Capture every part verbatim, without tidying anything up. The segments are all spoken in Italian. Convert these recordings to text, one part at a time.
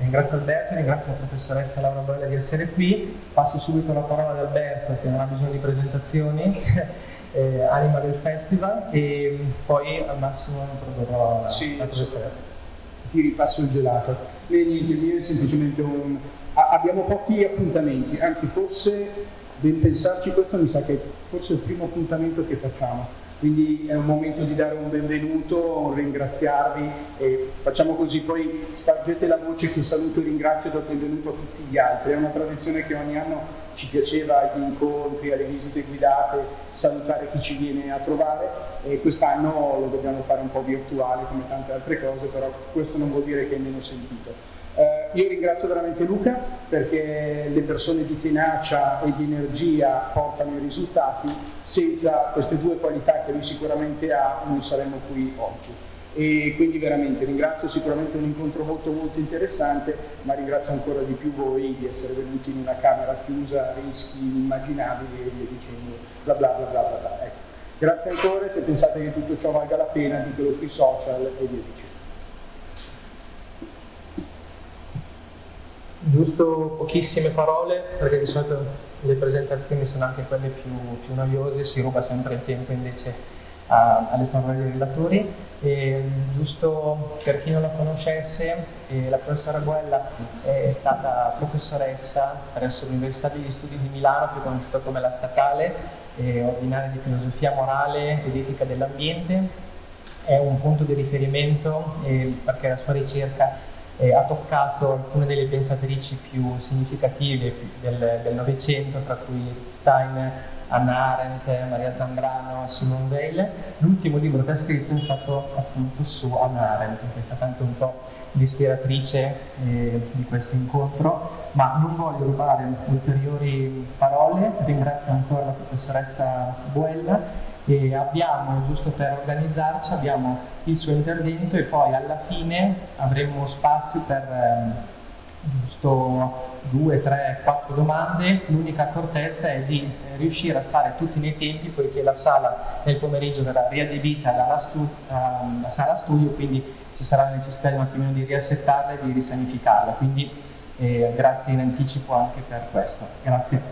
ringrazio Alberto, ringrazio la professoressa Laura Boella di essere qui. Passo subito la parola ad Alberto, che non ha bisogno di presentazioni, eh, anima del festival, e poi al massimo introdurrò la, sì, la professoressa. Ti ripasso il gelato. E niente, il mio è semplicemente un... abbiamo pochi appuntamenti, anzi forse, ben pensarci, questo mi sa che forse è il primo appuntamento che facciamo. Quindi è un momento di dare un benvenuto, un ringraziarvi, e facciamo così, poi spargete la voce che saluto e ringrazio e do il benvenuto a tutti gli altri. È una tradizione che ogni anno ci piaceva agli incontri, alle visite guidate, salutare chi ci viene a trovare, e quest'anno lo dobbiamo fare un po' virtuale come tante altre cose, però questo non vuol dire che è meno sentito. Uh, io ringrazio veramente Luca, perché le persone di tenacia e di energia portano i risultati. Senza queste due qualità che lui sicuramente ha non saremmo qui oggi, e quindi veramente ringrazio. Sicuramente un incontro molto molto interessante, ma ringrazio ancora di più voi di essere venuti in una camera chiusa, rischi inimmaginabili e via dicendo, bla bla bla bla bla, bla. Ecco. Grazie ancora, e se pensate che tutto ciò valga la pena ditelo sui social e via dicendo. Giusto pochissime parole, perché di solito le presentazioni sono anche quelle più, più noiose, si ruba sempre il tempo invece a, alle parole dei relatori. E, giusto per chi non la conoscesse, eh, la professora Boella è stata professoressa presso l'Università degli Studi di Milano, più conosciuta come la Statale, eh, ordinaria di filosofia morale ed etica dell'ambiente. È un punto di riferimento eh, perché la sua ricerca Eh, ha toccato alcune delle pensatrici più significative del, del Novecento, tra cui Steiner, Hannah Arendt, Maria Zambrano, Simone Weil. L'ultimo libro che ha scritto è stato appunto su Hannah Arendt, che è stata anche un po' l'ispiratrice eh, di questo incontro, ma non voglio rubare ulteriori parole. Ringrazio ancora la professoressa Boella. E abbiamo, giusto per organizzarci, abbiamo il suo intervento e poi alla fine avremo spazio per eh, giusto due, tre, quattro domande. L'unica accortezza è di riuscire a stare tutti nei tempi, poiché la sala nel pomeriggio verrà riadibita dalla stu uh, sala studio, quindi ci sarà la necessità di un attimino di riassettarla e di risanificarla. Quindi eh, grazie in anticipo anche per questo. Grazie.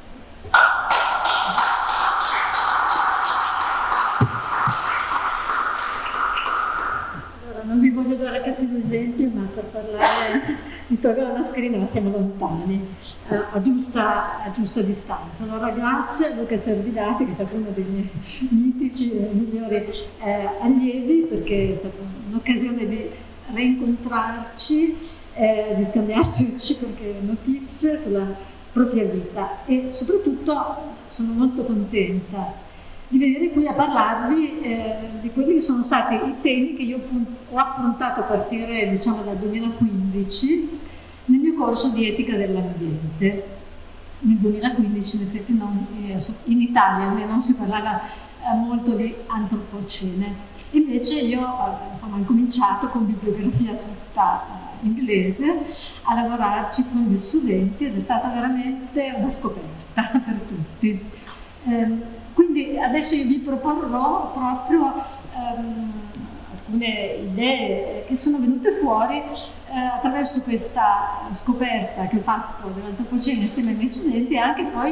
Non vi voglio dare cattivo esempio, ma per parlare di togliere la scrivania, ma siamo lontani, eh, a, giusta, a giusta distanza. Allora grazie a Luca Servidati, che è stato uno dei miei mitici e migliori eh, allievi, perché è stata un'occasione di rincontrarci, eh, di scambiarci reciproche notizie sulla propria vita, e soprattutto sono molto contenta di venire qui a parlarvi eh, di quelli che sono stati i temi che io ho affrontato a partire, diciamo, dal duemilaquindici nel mio corso di etica dell'ambiente. Nel duemilaquindici in effetti non, eh, in Italia almeno non si parlava eh, molto di antropocene, invece io eh, insomma, ho cominciato con bibliografia tutta eh, inglese a lavorarci con gli studenti, ed è stata veramente una scoperta per tutti. Eh, Quindi adesso io vi proporrò proprio ehm, alcune idee che sono venute fuori eh, attraverso questa scoperta che ho fatto dell'antropocene insieme ai miei studenti, e anche poi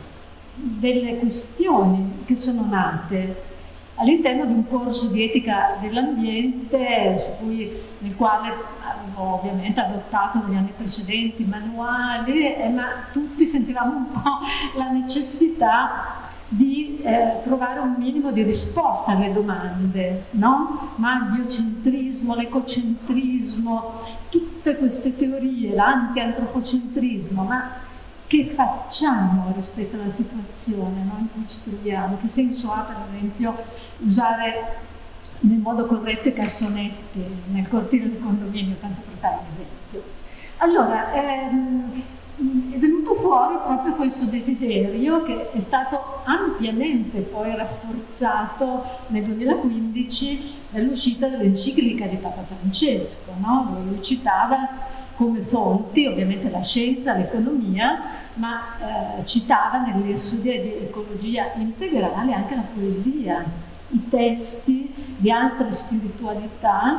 delle questioni che sono nate all'interno di un corso di etica dell'ambiente nel quale avevo ovviamente adottato negli anni precedenti manuali, eh, ma tutti sentivamo un po' la necessità di eh, trovare un minimo di risposta alle domande, no? Ma il biocentrismo, l'ecocentrismo, tutte queste teorie, l'anti-antropocentrismo, ma che facciamo rispetto alla situazione, no? In cui ci troviamo? Che senso ha, per esempio, usare nel modo corretto i cassonetti nel cortile del condominio, tanto per fare un esempio? Allora, ehm, è venuto fuori proprio questo desiderio, che è stato ampiamente poi rafforzato nel duemilaquindici dall'uscita dell'enciclica di Papa Francesco, no? Dove lui citava come fonti ovviamente la scienza, l'economia, ma eh, citava nelle studie di ecologia integrale anche la poesia, i testi di altre spiritualità,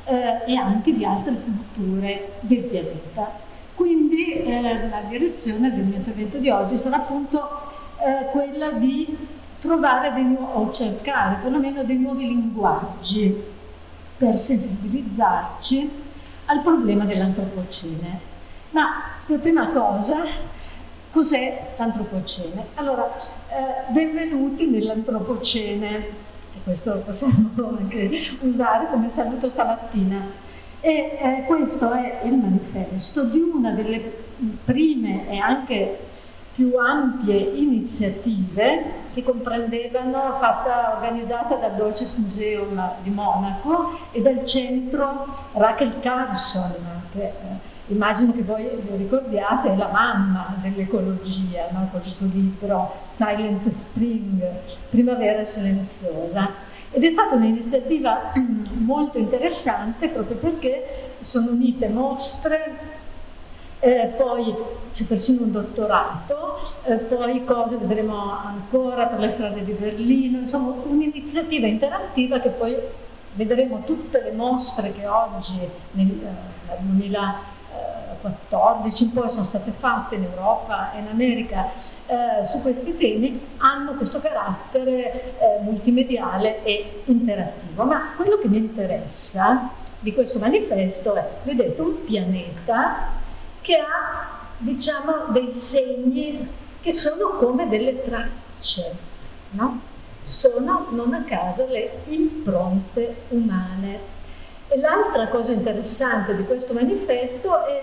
eh, e anche di altre culture del pianeta. Quindi eh, la direzione del mio intervento di oggi sarà appunto eh, quella di trovare dei nuovi, o cercare perlomeno dei nuovi linguaggi per sensibilizzarci al problema dell'antropocene. Ma per prima cosa, cos'è l'antropocene? Allora, eh, benvenuti nell'antropocene, e questo possiamo anche usare come saluto stamattina. E eh, questo è il manifesto di una delle prime e anche più ampie iniziative che comprendevano, fatta, organizzata dal Deutsches Museum di Monaco e dal centro Rachel Carson, che eh, immagino che voi lo ricordiate, è la mamma dell'ecologia, no? Con il suo libro Silent Spring, Primavera silenziosa. Ed è stata un'iniziativa molto interessante proprio perché sono unite mostre, Eh, poi c'è persino un dottorato, eh, poi cose vedremo ancora per le strade di Berlino, insomma un'iniziativa interattiva che poi vedremo tutte le mostre che oggi nel eh, duemilaquattordici in poi sono state fatte in Europa e in America eh, su questi temi, hanno questo carattere eh, multimediale e interattivo. Ma quello che mi interessa di questo manifesto è, vedete, un pianeta che ha, diciamo, dei segni che sono come delle tracce, no? Sono, non a caso, le impronte umane. E l'altra cosa interessante di questo manifesto è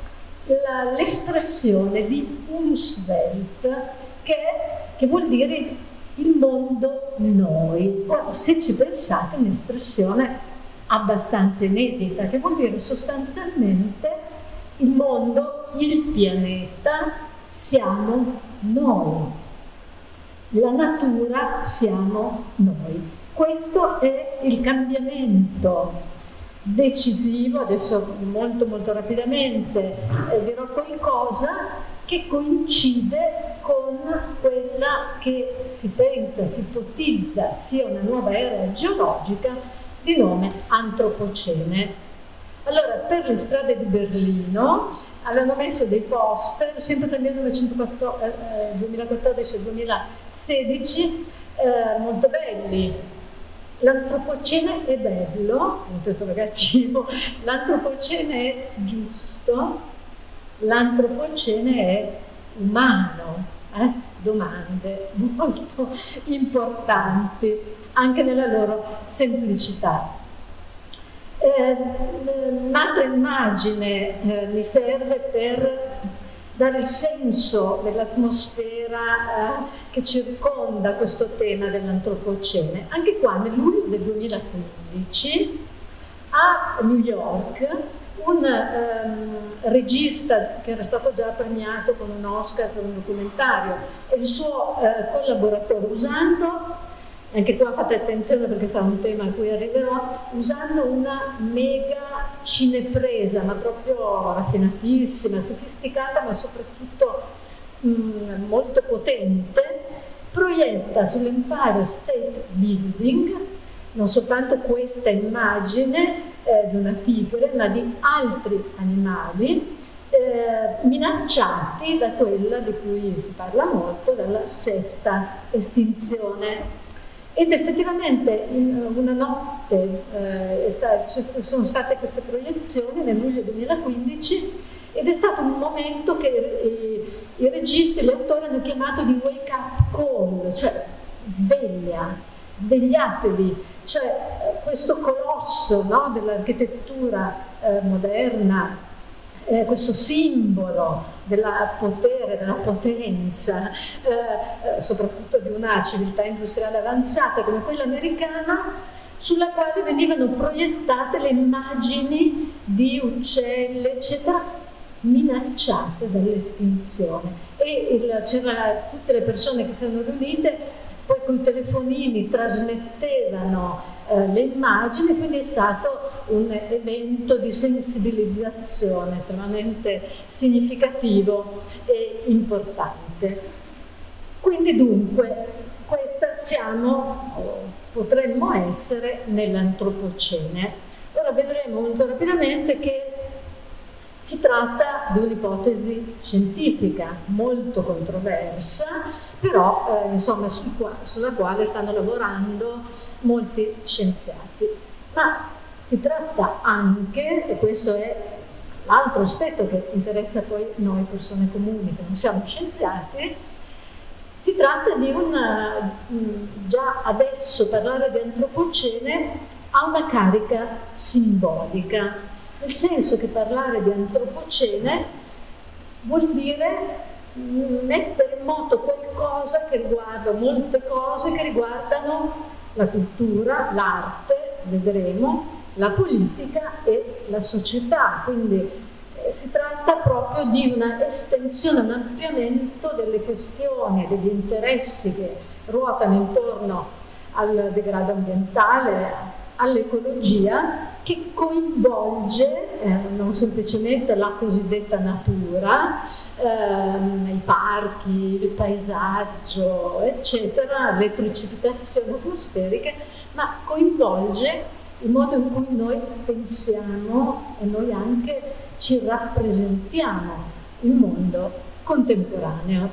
l'espressione di Umwelt, che, che vuol dire il mondo noi. Ora, se ci pensate, è un'espressione abbastanza inedita, che vuol dire sostanzialmente il mondo, il pianeta, siamo noi. La natura siamo noi. Questo è il cambiamento decisivo. Adesso molto molto rapidamente eh, dirò qualcosa che coincide con quella che si pensa, si ipotizza sia una nuova era geologica di nome Antropocene. Allora, per le strade di Berlino avevano messo dei poster, sempre tra il duemilaquattordici e il duemilasedici, eh, molto belli. L'antropocene è bello, punto interrogativo, l'antropocene è giusto, l'antropocene è umano. Eh? Domande molto importanti, anche nella loro semplicità. Eh, un'altra immagine eh, mi serve per dare il senso dell'atmosfera eh, che circonda questo tema dell'antropocene. Anche qua, nel luglio del duemilaquindici, a New York, un ehm, regista che era stato già premiato con un Oscar per un documentario e il suo eh, collaboratore, usando, anche qua fate attenzione perché sarà un tema a cui arriverò, usando una mega cinepresa, ma proprio raffinatissima, sofisticata, ma soprattutto mh, molto potente, proietta sull'Empire State Building non soltanto questa immagine eh, di una tigre, ma di altri animali eh, minacciati da quella di cui si parla molto, dalla sesta estinzione. Ed effettivamente in una notte eh, sta, sono state queste proiezioni nel luglio duemilaquindici ed è stato un momento che i, i registi, gli autori hanno chiamato di wake up call, cioè sveglia, svegliatevi, cioè questo colosso, no, dell'architettura eh, moderna, eh, questo simbolo del potere, della potenza, eh, soprattutto di una civiltà industriale avanzata come quella americana, sulla quale venivano proiettate le immagini di uccelli, eccetera, minacciate dall'estinzione. E c'erano tutte le persone che si erano riunite, poi con i telefonini trasmettevano eh, le immagini, quindi è stato un evento di sensibilizzazione estremamente significativo e importante. Quindi dunque, questa siamo, potremmo essere nell'antropocene. Ora vedremo molto rapidamente che si tratta di un'ipotesi scientifica molto controversa, però eh, insomma sul qua, sulla quale stanno lavorando molti scienziati. Ma si tratta anche, e questo è l'altro aspetto che interessa poi noi persone comuni che non siamo scienziati, si tratta di una, già adesso parlare di antropocene ha una carica simbolica. Nel senso che parlare di antropocene vuol dire mettere in moto qualcosa che riguarda, molte cose che riguardano la cultura, l'arte, vedremo, la politica e la società. Quindi eh, si tratta proprio di una estensione, un ampliamento delle questioni, degli interessi che ruotano intorno al degrado ambientale, all'ecologia, che coinvolge eh, non semplicemente la cosiddetta natura, ehm, i parchi, il paesaggio, eccetera, le precipitazioni atmosferiche, ma coinvolge il modo in cui noi pensiamo e noi anche ci rappresentiamo il mondo contemporaneo.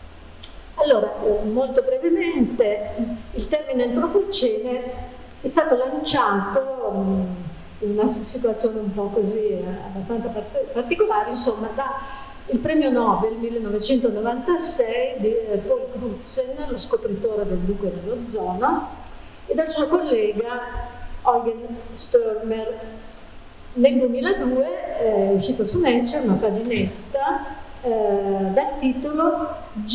Allora, eh, molto brevemente, il termine antropocene è stato lanciato um, in una situazione un po' così eh, abbastanza part particolare, insomma, da il premio Nobel millenovecentonovantasei di eh, Paul Crutzen, lo scopritore del buco dell'ozono, e dal suo collega Eugen Stürmer. Nel duemiladue è uscito su Nature una paginetta eh, dal titolo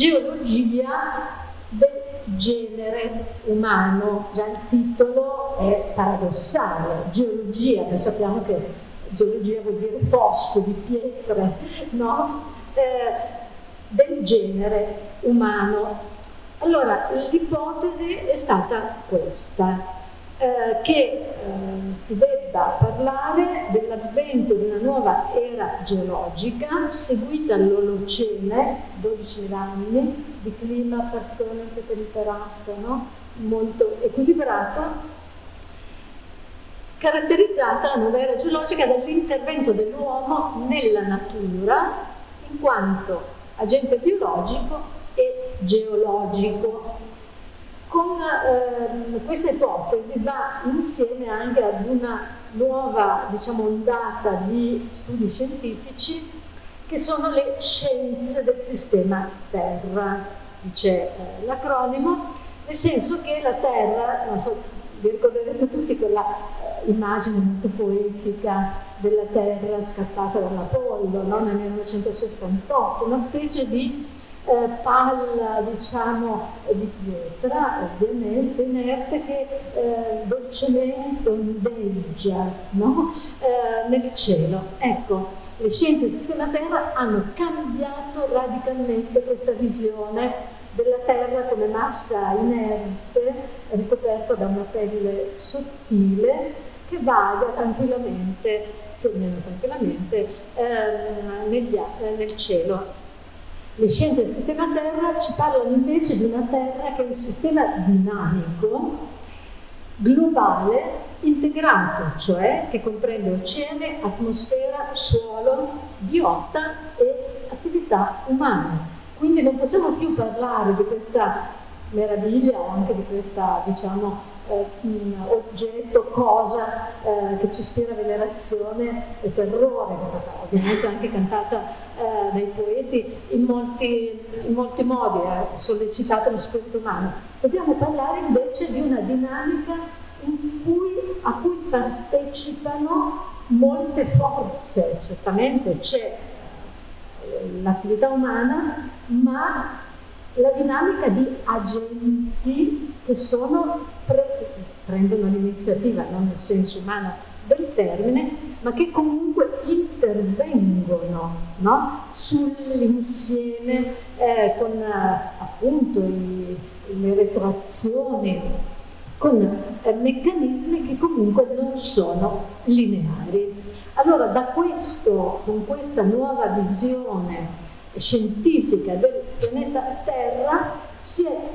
Geologia del genere umano. Già il titolo è paradossale, geologia, noi sappiamo che geologia vuol dire fosse di pietre, no? Eh, del genere umano. Allora, l'ipotesi è stata questa, eh, che eh, si debba parlare dell'avvento di una nuova era geologica seguita all'Olocene, dodicimila anni di clima particolarmente temperato, no? Molto equilibrato, caratterizzata la nuova era geologica dall'intervento dell'uomo nella natura in quanto agente biologico e geologico. Con eh, questa ipotesi va insieme anche ad una nuova, diciamo, ondata di studi scientifici che sono le scienze del sistema Terra, dice eh, l'acronimo, nel senso che la Terra, non so, vi ricorderete tutti quella eh, immagine molto poetica della Terra scattata dall'Apollo, no? Nel millenovecentosessantotto, una specie di eh, palla, diciamo, di pietra, ovviamente inerte, che eh, dolcemente ondeggia, no? eh, nel cielo. Ecco, le scienze del sistema Terra hanno cambiato radicalmente questa visione della Terra come massa inerte ricoperta da una pelle sottile che vaga tranquillamente, più o meno tranquillamente, eh, negli, eh, nel cielo. Le scienze del sistema Terra ci parlano invece di una Terra che è un sistema dinamico, globale, integrato, cioè che comprende oceani, atmosfera, suolo, biota e attività umane. Quindi non possiamo più parlare di questa meraviglia o anche di questa, diciamo, eh, oggetto, cosa eh, che ci ispira venerazione e terrore, che è stata ovviamente anche cantata eh, dai poeti in molti, in molti modi, ha eh, sollecitato lo spirito umano. Dobbiamo parlare invece di una dinamica in cui, a cui partecipano molte forze. Certamente c'è l'attività umana, ma la dinamica di agenti che sono pre prendono l'iniziativa, non nel senso umano del termine, ma che comunque intervengono, no? Sull'insieme eh, con eh, appunto i, le retroazioni, con eh, meccanismi che comunque non sono lineari. Allora, da questo, con questa nuova visione scientifica del pianeta Terra, si è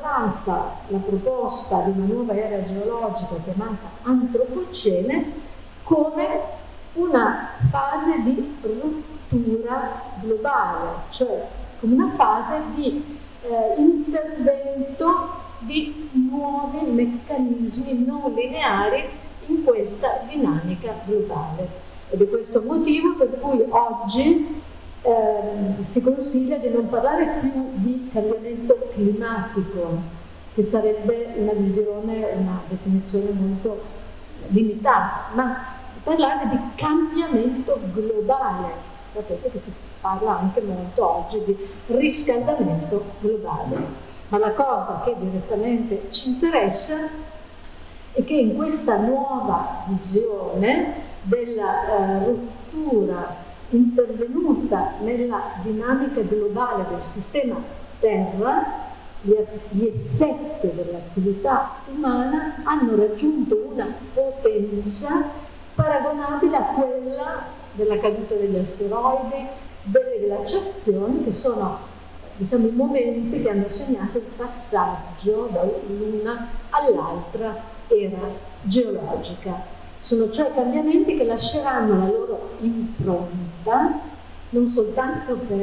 inquadrata la proposta di una nuova era geologica chiamata antropocene, come una fase di rottura globale, cioè come una fase di eh, intervento di nuovi meccanismi non lineari in questa dinamica globale. Ed è questo il motivo per cui oggi eh, si consiglia di non parlare più di cambiamento climatico, che sarebbe una visione, una definizione molto limitata, ma di parlare di cambiamento globale. Sapete che si parla anche molto oggi di riscaldamento globale. Ma la cosa che direttamente ci interessa è che in questa nuova visione della eh, rottura intervenuta nella dinamica globale del sistema Terra, gli, gli effetti dell'attività umana hanno raggiunto una potenza paragonabile a quella della caduta degli asteroidi, delle glaciazioni, che sono, diciamo, i momenti che hanno segnato il passaggio dall'una all'altra era geologica. Sono cioè cambiamenti che lasceranno la loro impronta non soltanto per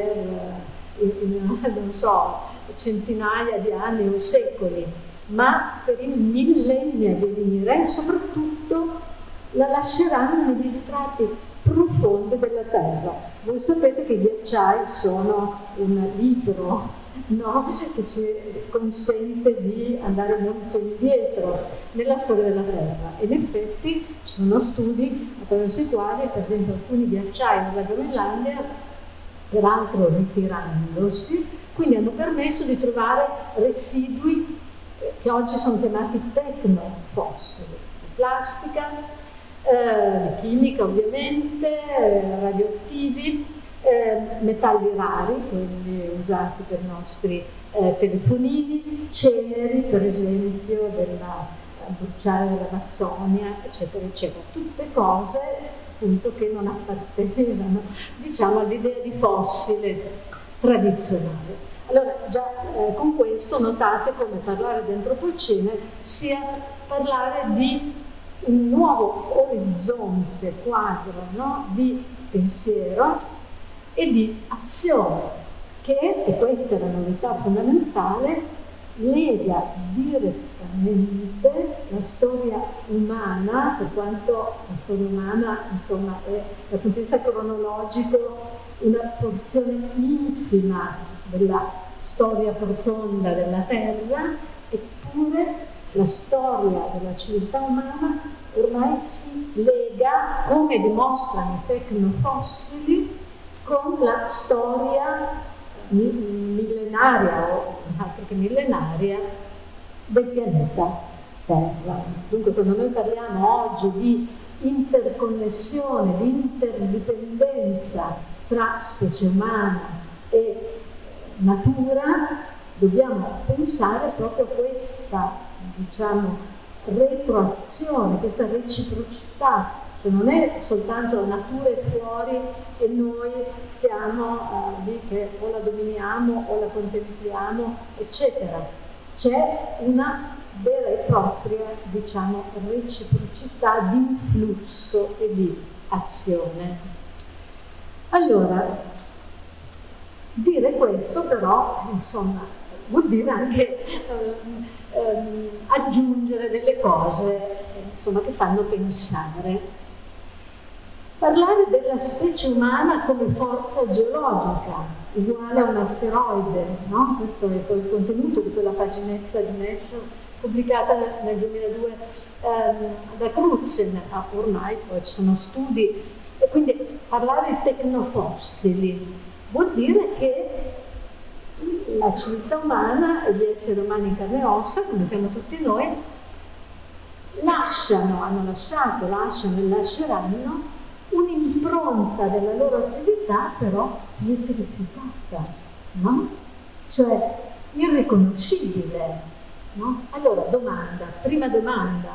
eh, non so, centinaia di anni o secoli, ma per i millenni a venire, e soprattutto la lasceranno negli strati profondi della Terra. Voi sapete che i ghiacciai sono un libro, no? Che ci consente di andare molto indietro nella storia della Terra, e in effetti ci sono studi attraverso i quali, per esempio, alcuni ghiacciai nella Groenlandia, peraltro ritirandosi, quindi hanno permesso di trovare residui che oggi sono chiamati tecnofossili, di plastica, Eh, di chimica ovviamente, eh, radioattivi, eh, metalli rari, quelli usati per i nostri eh, telefonini, ceneri per esempio della eh, bruciare dell'Amazzonia, eccetera, eccetera. Tutte cose appunto che non appartenevano, diciamo, all'idea di fossile tradizionale. Allora già eh, con questo notate come parlare di antropocene sia parlare di un nuovo orizzonte, quadro, no? Di pensiero e di azione, che, e questa è la novità fondamentale, lega direttamente la storia umana, per quanto la storia umana, insomma, è dal punto di vista cronologico una porzione infima della storia profonda della Terra, eppure la storia della civiltà umana ormai si lega, come dimostrano i tecnofossili, con la storia millenaria o altro che millenaria del pianeta Terra. Dunque, quando noi parliamo oggi di interconnessione, di interdipendenza tra specie umana e natura, dobbiamo pensare proprio a questa, diciamo, retroazione, questa reciprocità, cioè non è soltanto la natura è fuori e noi siamo uh, lì che o la dominiamo o la contempliamo, eccetera. C'è una vera e propria, diciamo, reciprocità di influsso e di azione. Allora, dire questo però, insomma, vuol dire anche uh, Um, aggiungere delle cose, insomma, che fanno pensare. Parlare della specie umana come forza geologica, uguale a un asteroide, no? Questo è poi il contenuto di quella paginetta di Nature pubblicata nel duemiladue um, da Crutzen. Ah, ormai poi ci sono studi, e quindi parlare di tecnofossili vuol dire che la civiltà umana e gli esseri umani in carne e ossa, come siamo tutti noi, lasciano, hanno lasciato, lasciano e lasceranno un'impronta della loro attività però pietrificata, no? Cioè irriconoscibile, no? Allora, domanda, prima domanda,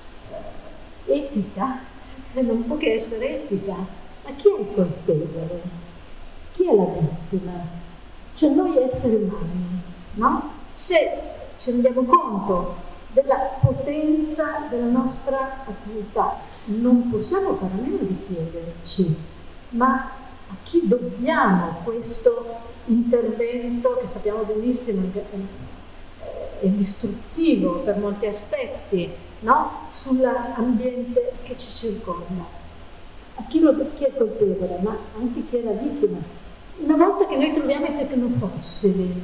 eh, etica, non può che essere etica, ma chi è il colpevole? Chi è la vittima? Cioè noi esseri umani, no? Se ci rendiamo conto della potenza della nostra attività. Non possiamo fare a meno di chiederci, ma a chi dobbiamo questo intervento che sappiamo benissimo che è, è distruttivo per molti aspetti, no? Sull'ambiente che ci circonda? A chi, lo, chi è colpevole, ma anche chi è la vittima. Una volta che noi troviamo i tecnofossili,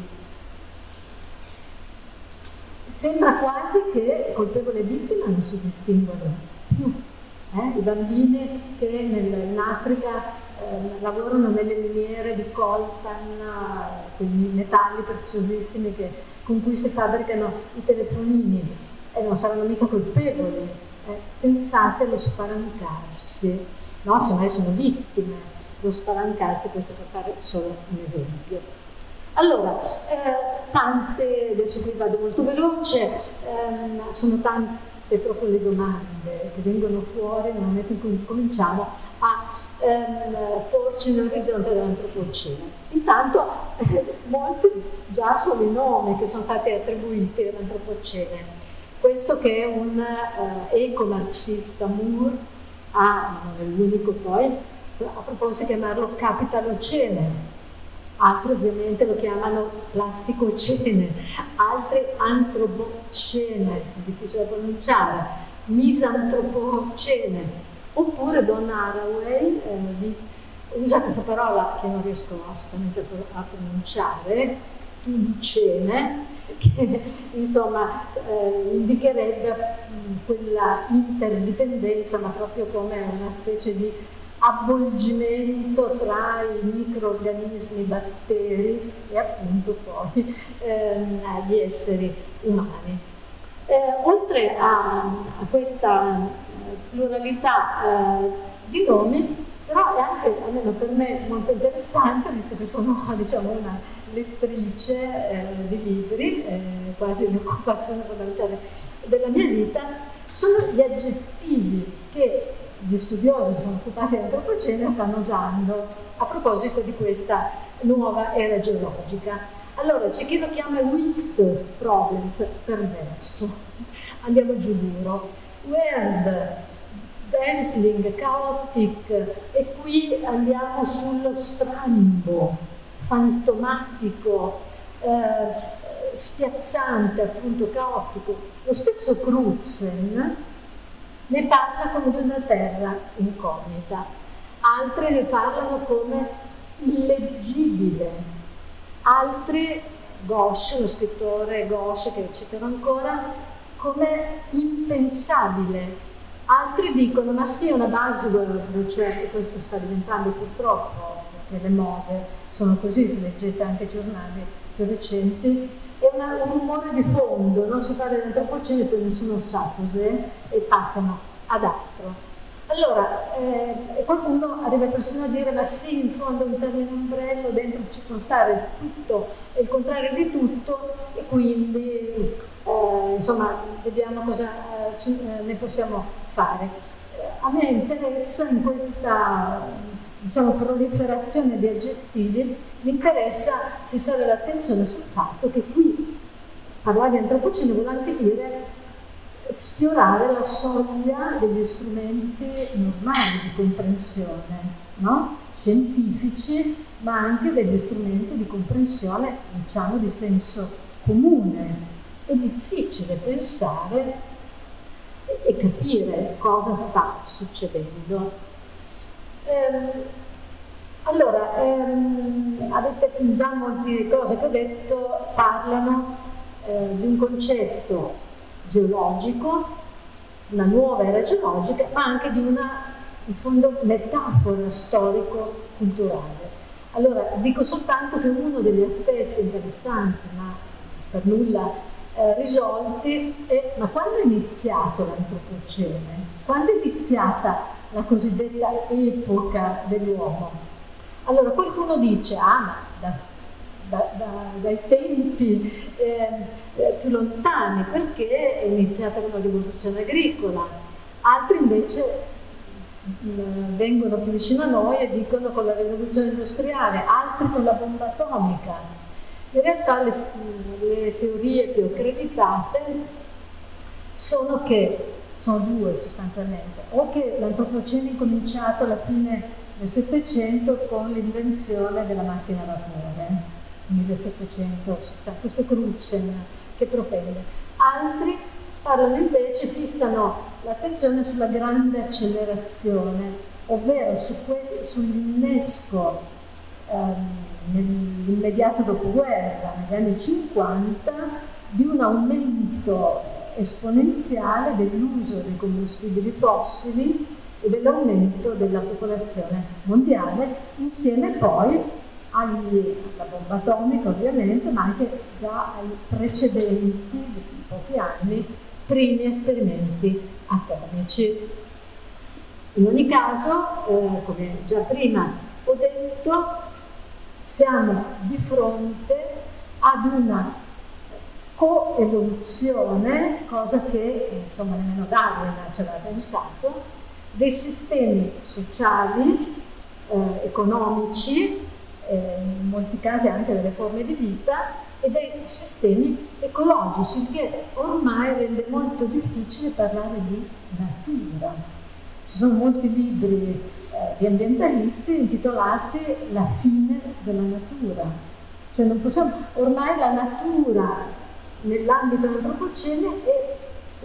sembra quasi che colpevole e vittima non si distinguono più. Eh? I bambini che nel, in Africa eh, lavorano nelle miniere di coltan, eh, quei metalli preziosissimi che, con cui si fabbricano i telefonini, e non saranno mica colpevoli. Eh? Pensate allo spalancarsi, no? Semmai sono vittime, lo spalancarsi, questo per fare solo un esempio. Allora, eh, tante, adesso qui vado molto veloce, ehm, sono tante proprio le domande che vengono fuori nel momento in cui cominciamo a ehm, porci nell'orizzonte dell'antropocene. Intanto eh, molti già sono i nomi che sono stati attribuiti all'antropocene. Questo che è un eh, eco-marxista, Moore, ah, non è l'unico poi, a proposito di chiamarlo capitalocene. Altri ovviamente lo chiamano plasticocene, altri antropocene, sono difficili da pronunciare, misantropocene, oppure Donna Haraway eh, di, usa questa parola che non riesco assolutamente a pronunciare, ctulucene, che insomma eh, indicherebbe mh, quella interdipendenza, ma proprio come una specie di avvolgimento tra i microorganismi, batteri e appunto poi ehm, gli esseri umani. Eh, oltre a, a questa pluralità eh, di nomi, però è anche, almeno per me, molto interessante, visto che sono diciamo, una lettrice eh, di libri, eh, quasi un'occupazione fondamentale della mia vita, sono gli aggettivi che gli studiosi che sono occupati dell'antropocene stanno usando a proposito di questa nuova era geologica. Allora, c'è chi lo chiama wicked problem, cioè perverso. Andiamo giù duro. Weird, dazzling, chaotic, e qui andiamo sullo strambo, fantomatico, eh, spiazzante, appunto caotico. Lo stesso Crutzen ne parla come di una terra incognita, altri ne parlano come illeggibile, altri, Ghosh, lo scrittore Ghosh che citerò ancora, come impensabile, altri dicono ma sì è una buzzword, cioè che questo sta diventando purtroppo, perché le mode sono così, se leggete anche i giornali più recenti, è una, un rumore di fondo, non si parla di antropocene, poi nessuno sa cos'è e passano ad altro. Allora, eh, qualcuno arriva persino a dire ma sì, in fondo è un termine ombrello, dentro ci può stare tutto e il contrario di tutto, e quindi eh, insomma vediamo cosa eh, ci, eh, ne possiamo fare. Eh, a me interessa in questa diciamo, proliferazione di aggettivi, mi interessa fissare l'attenzione sul fatto che qui parlare di antropocene vuole anche dire sfiorare la soglia degli strumenti normali di comprensione, no? Scientifici, ma anche degli strumenti di comprensione, diciamo, di senso comune. È difficile pensare e capire cosa sta succedendo. Ehm, allora, ehm, avete già molte cose che ho detto parlano eh, di un concetto geologico, una nuova era geologica, ma anche di una, in fondo, metafora storico-culturale. Allora, dico soltanto che uno degli aspetti interessanti, ma per nulla eh, risolti, è ma quando è iniziato l'antropocene? Quando è iniziata la cosiddetta epoca dell'uomo? Allora, qualcuno dice, ah, ma da Da, da, dai tempi eh, eh, più lontani, perché è iniziata con la rivoluzione agricola, altri invece mh, vengono più vicino a noi e dicono con la rivoluzione industriale, altri con la bomba atomica. In realtà le, le teorie più accreditate sono che, sono due sostanzialmente, o che l'antropocene è incominciato alla fine del Settecento con l'invenzione della macchina a vapore, millesettecentosessanta, questo è Crutzen che propende. Altri parlano invece, fissano l'attenzione sulla grande accelerazione, ovvero su sull'innesco ehm, nell'immediato dopoguerra, negli anni cinquanta, di un aumento esponenziale dell'uso dei combustibili fossili e dell'aumento della popolazione mondiale, insieme poi agli, alla bomba atomica ovviamente, ma anche già ai precedenti di pochi anni, primi esperimenti atomici. In ogni caso, eh, come già prima ho detto, siamo di fronte ad una coevoluzione, cosa che insomma nemmeno Darwin ci aveva pensato, dei sistemi sociali, eh, economici, eh, in molti casi anche delle forme di vita, e dei sistemi ecologici, il che ormai rende molto difficile parlare di natura. Ci sono molti libri eh, di ambientalisti intitolati La fine della natura, cioè non possiamo, ormai la natura nell'ambito dell'antropocene è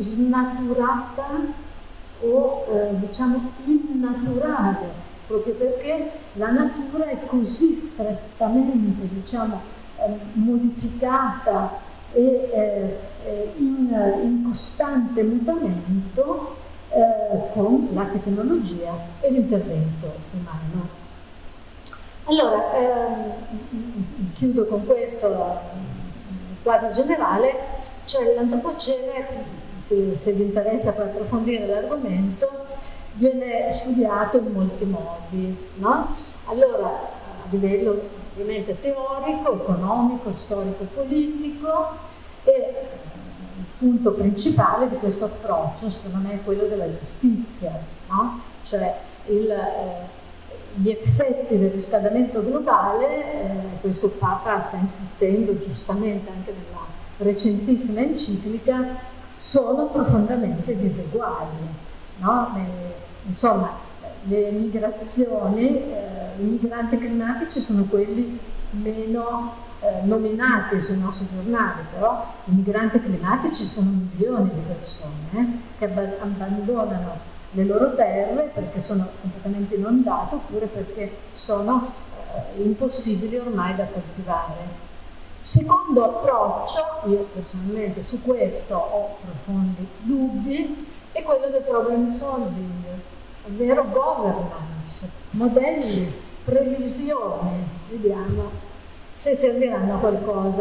snaturata o eh, diciamo innaturale, proprio perché la natura è così strettamente diciamo, eh, modificata e eh, in, in costante mutamento eh, con la tecnologia e l'intervento umano. Allora, ehm, chiudo con questo il quadro generale, cioè l'antropocene, se, se vi interessa per approfondire l'argomento, viene studiato in molti modi, no? Allora, a livello ovviamente teorico, economico, storico-politico, e il punto principale di questo approccio, secondo me, è quello della giustizia, no? Cioè il, eh, gli effetti del riscaldamento globale, eh, questo Papa sta insistendo giustamente anche nella recentissima enciclica, sono profondamente diseguali, no? Le, insomma, le migrazioni, eh, i migranti climatici sono quelli meno eh, nominati sui nostri giornali, però i migranti climatici sono milioni di persone eh, che ab- abbandonano le loro terre perché sono completamente inondate oppure perché sono eh, impossibili ormai da coltivare. Secondo approccio, io personalmente su questo ho profondi dubbi, è quello del problem solving, ovvero governance, modelli, previsioni, vediamo se serviranno a qualcosa.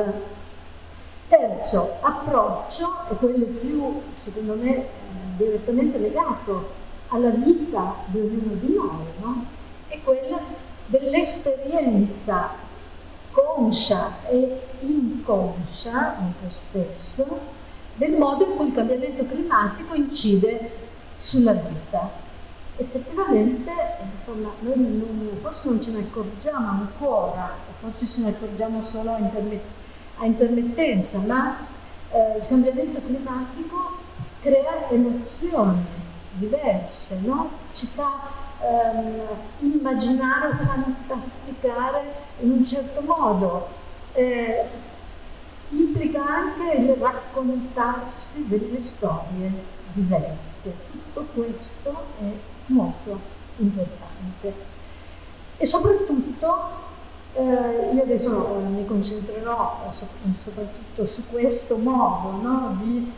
Terzo approccio è quello più, secondo me, direttamente legato alla vita di ognuno di noi, no? È quella dell'esperienza conscia e inconscia, molto spesso, del modo in cui il cambiamento climatico incide sulla vita. Effettivamente, insomma, noi non, forse non ce ne accorgiamo ancora, forse ce ne accorgiamo solo a, internet, a intermittenza, ma eh, il cambiamento climatico crea emozioni diverse, no? Ci fa ehm, immaginare o fantasticare in un certo modo, eh, implica anche il raccontarsi delle storie diverse. Tutto questo è molto importante. E soprattutto, eh, io adesso mi concentrerò so, soprattutto su questo modo, no, di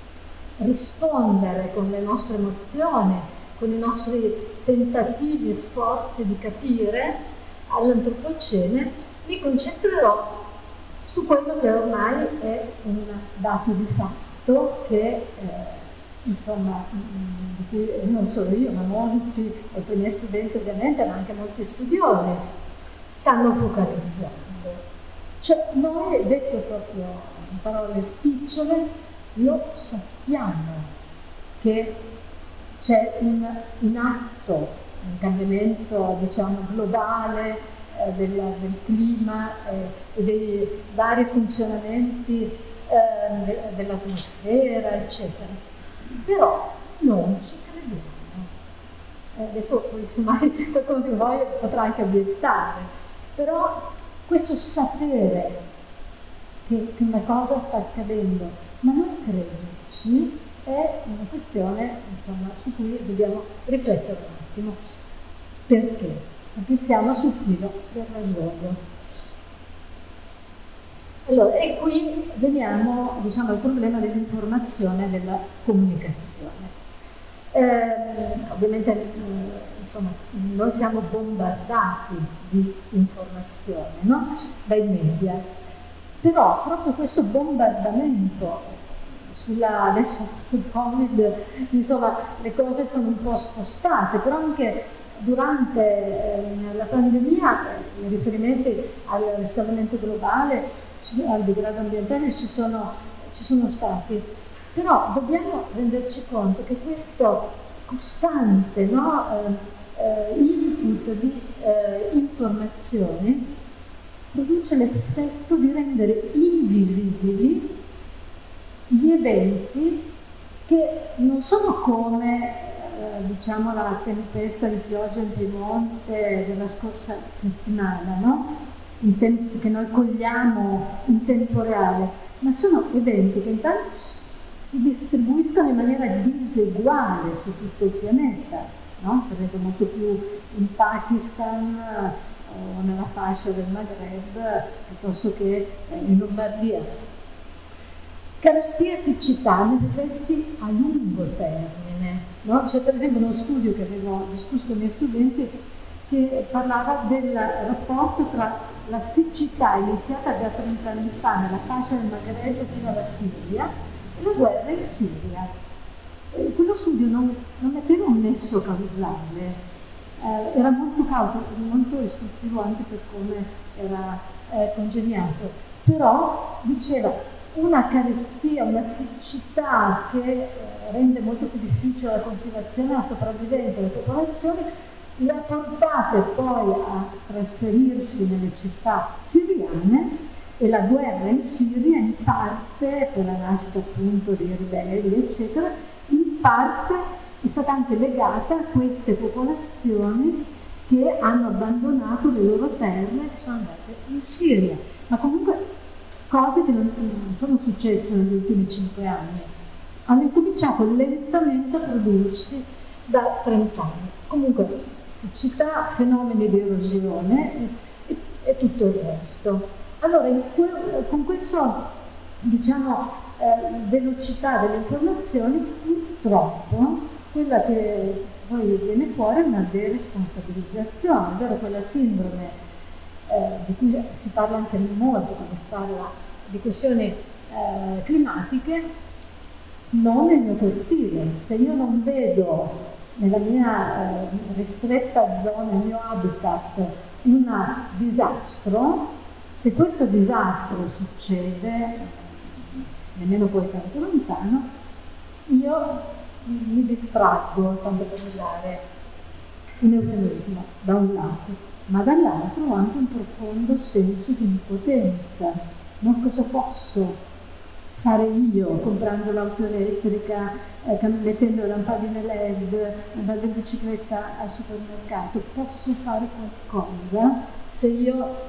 rispondere con le nostre emozioni, con i nostri tentativi e sforzi di capire all'antropocene. Mi concentrerò su quello che ormai è un dato di fatto che, eh, insomma, di cui non solo io, ma molti, oltre ai miei studenti ovviamente, ma anche molti studiosi, stanno focalizzando. Cioè, noi, detto proprio in parole spicciole, lo sappiamo che c'è un, in atto un cambiamento, diciamo, globale eh, del, del clima eh, e dei vari funzionamenti eh, de, dell'atmosfera, eccetera. però non ci crediamo. Eh, adesso poi semmai qualcuno di voi potrà anche obiettare, però questo sapere che, che una cosa sta accadendo, ma non crederci, è una questione, insomma, su cui dobbiamo riflettere un attimo. Perché? Perché siamo sul filo del rasoio. Allora, e qui veniamo, diciamo, al problema dell'informazione e della comunicazione. Eh, ovviamente, eh, insomma, noi siamo bombardati di informazione, no? Dai media, però proprio questo bombardamento sulla, adesso col Covid, insomma, le cose sono un po' spostate, però anche durante eh, la pandemia i riferimenti al riscaldamento globale, al degrado ambientale ci sono, ci sono stati, però dobbiamo renderci conto che questo costante, no, eh, eh, input di eh, informazioni produce l'effetto di rendere invisibili gli eventi che non sono come eh, diciamo la tempesta di pioggia in Piemonte della scorsa settimana, no? In tempi che noi cogliamo in tempo reale, ma sono eventi che intanto si distribuiscono in maniera diseguale su tutto il pianeta, no? Per esempio molto più in Pakistan eh, o nella fascia del Maghreb piuttosto che eh, in Lombardia. Carestia e siccità hanno effetti a lungo termine, no? C'è per esempio uno studio che avevo discusso con i miei studenti che parlava del rapporto tra la siccità iniziata già trenta anni fa nella fascia del Maghreb fino alla Siria e la guerra in Siria. E quello studio non, non metteva un nesso causale, eh, era molto cauto, molto istruttivo anche per come era eh, congegnato, però diceva una carestia, una siccità che eh, rende molto più difficile la coltivazione e la sopravvivenza delle popolazioni, le ha portate poi a trasferirsi nelle città siriane, e la guerra in Siria in parte, per la nascita appunto dei ribelli eccetera, in parte è stata anche legata a queste popolazioni che hanno abbandonato le loro terre e sono andate in Siria. Ma comunque cose che non, non sono successe negli ultimi cinque anni, hanno incominciato lentamente a prodursi da trenta anni. Comunque siccità, fenomeni di erosione e, e, e tutto il resto. Allora, in que, con questa, diciamo, eh, velocità delle informazioni, purtroppo, quella che poi viene fuori è una deresponsabilizzazione, ovvero quella sindrome eh, di cui si parla anche molto quando si parla di questioni eh, climatiche, non nel mio cortile. Se io non vedo nella mia eh, ristretta zona, nel mio habitat, un disastro, se questo disastro succede, nemmeno poi tanto lontano, io mi distraggo, tanto per usare un eufemismo, da un lato, ma dall'altro ho anche un profondo senso di impotenza. Non cosa posso fare io comprando l'auto elettrica, eh, mettendo le lampadine L E D, andando in bicicletta al supermercato? Posso fare qualcosa se io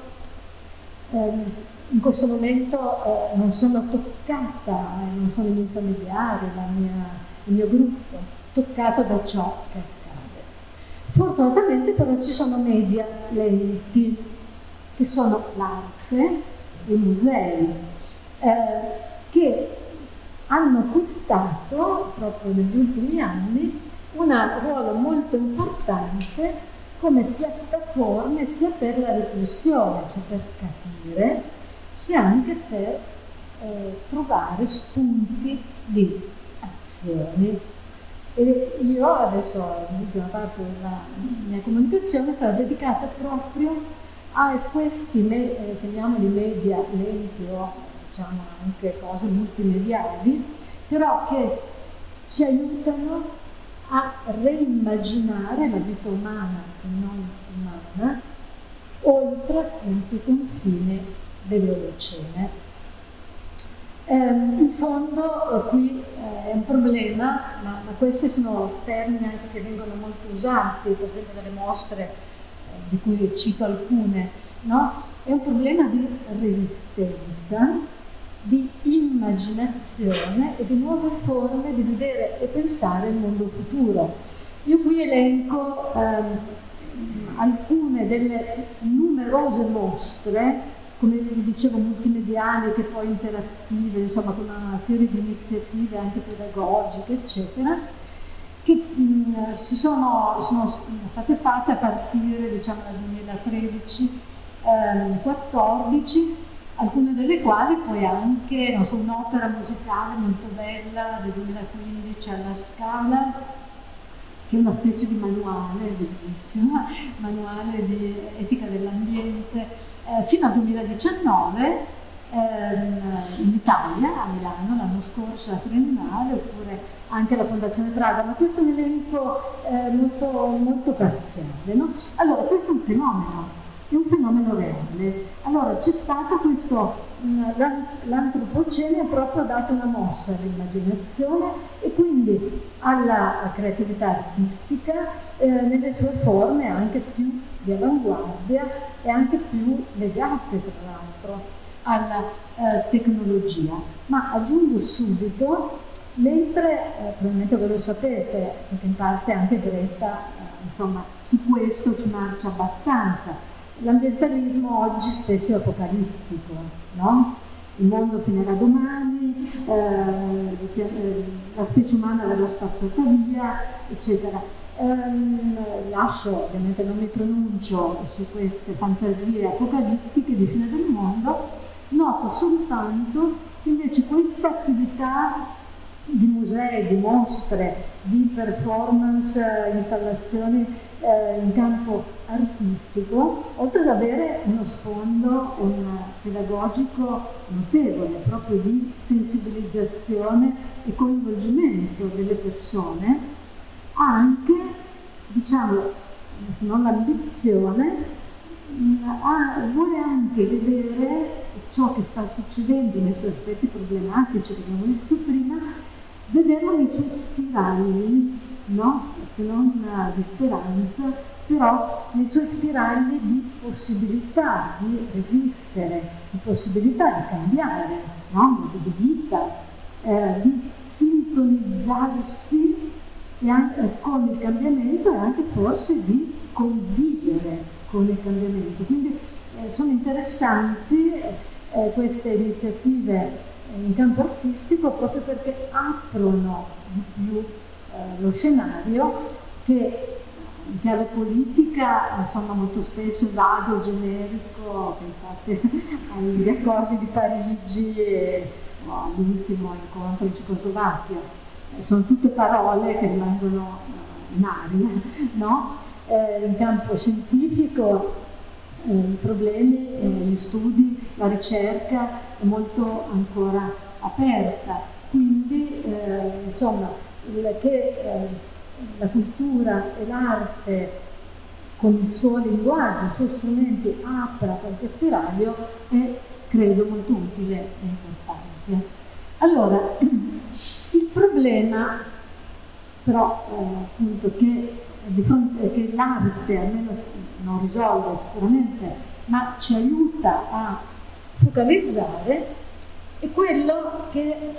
in questo momento eh, non sono toccata, eh, non sono i miei familiari, la mia, il mio gruppo, toccato da ciò che accade. Fortunatamente però ci sono media lenti, che sono l'arte, i musei, eh, che hanno acquistato proprio negli ultimi anni un ruolo molto importante come piattaforme sia per la riflessione, cioè per capire, sia anche per eh, trovare spunti di azioni. E io adesso, l'ultima parte della mia comunicazione sarà dedicata proprio a questi, eh, chiamiamoli media lenti o diciamo anche cose multimediali, però che ci aiutano a reimmaginare la vita umana e non umana oltre anche i confini dell'Olocene. Ehm, in fondo eh, qui eh, è un problema, ma, ma questi sono termini anche che vengono molto usati, per esempio dalle mostre, eh, di cui cito alcune, no? È un problema di resistenza, di immaginazione e di nuove forme di vedere e pensare il mondo futuro. Io qui elenco ehm, alcune delle numerose mostre, come vi dicevo, multimediali, che poi interattive, insomma con una serie di iniziative anche pedagogiche, eccetera, che mh, si sono, sono state fatte a partire, diciamo, dal duemilatredici quattordici, alcune delle quali poi anche, non so, un'opera musicale molto bella del duemilaquindici alla Scala, che è una specie di manuale, bellissima, manuale di etica dell'ambiente, eh, fino al duemiladiciannove ehm, in Italia, a Milano, l'anno scorso, a Triennale, oppure anche la Fondazione Praga, ma questo è un elenco eh, molto, molto parziale, no? Allora, questo è un fenomeno, è un fenomeno reale. Allora, c'è stato questo, l'antropocene ha proprio dato una mossa all'immaginazione e quindi alla creatività artistica eh, nelle sue forme anche più di avanguardia e anche più legate, tra l'altro, alla eh, tecnologia. Ma aggiungo subito, mentre eh, probabilmente voi lo sapete, perché in parte anche Greta, eh, insomma, su questo ci marcia abbastanza. L'ambientalismo oggi spesso è apocalittico, no? Il mondo finirà domani, eh, la specie umana verrà spazzata via, eccetera. Ehm, lascio, ovviamente non mi pronuncio su queste fantasie apocalittiche di fine del mondo, noto soltanto che invece questa attività di musei, di mostre, di performance, installazioni eh, in campo artistico, oltre ad avere uno sfondo un pedagogico notevole, proprio di sensibilizzazione e coinvolgimento delle persone, ha anche, diciamo, se non l'ambizione, ha, vuole anche vedere ciò che sta succedendo nei suoi aspetti problematici che abbiamo visto prima, vederlo nei suoi spiragli, no? Se non di speranza, però nei suoi spiragli di possibilità di resistere, di possibilità di cambiare, no? Modo di vita, eh, di sintonizzarsi e anche con il cambiamento e anche forse di convivere con il cambiamento. Quindi eh, sono interessanti eh, queste iniziative in campo artistico proprio perché aprono di più eh, lo scenario che in chiave politica, insomma, molto spesso è vago, generico, pensate agli accordi di Parigi e oh, all'ultimo incontro in Cecoslovacchia, eh, sono tutte parole che rimangono eh, in aria, no? Eh, in campo scientifico eh, i problemi, eh, gli studi, la ricerca è molto ancora aperta, quindi eh, insomma il, che eh, la cultura e l'arte con il suo linguaggio, i suoi strumenti apra qualche spiraglio è, credo, molto utile e importante. Allora, il problema però eh, appunto che, di fronte, che l'arte almeno non risolve sicuramente, ma ci aiuta a focalizzare, è quello che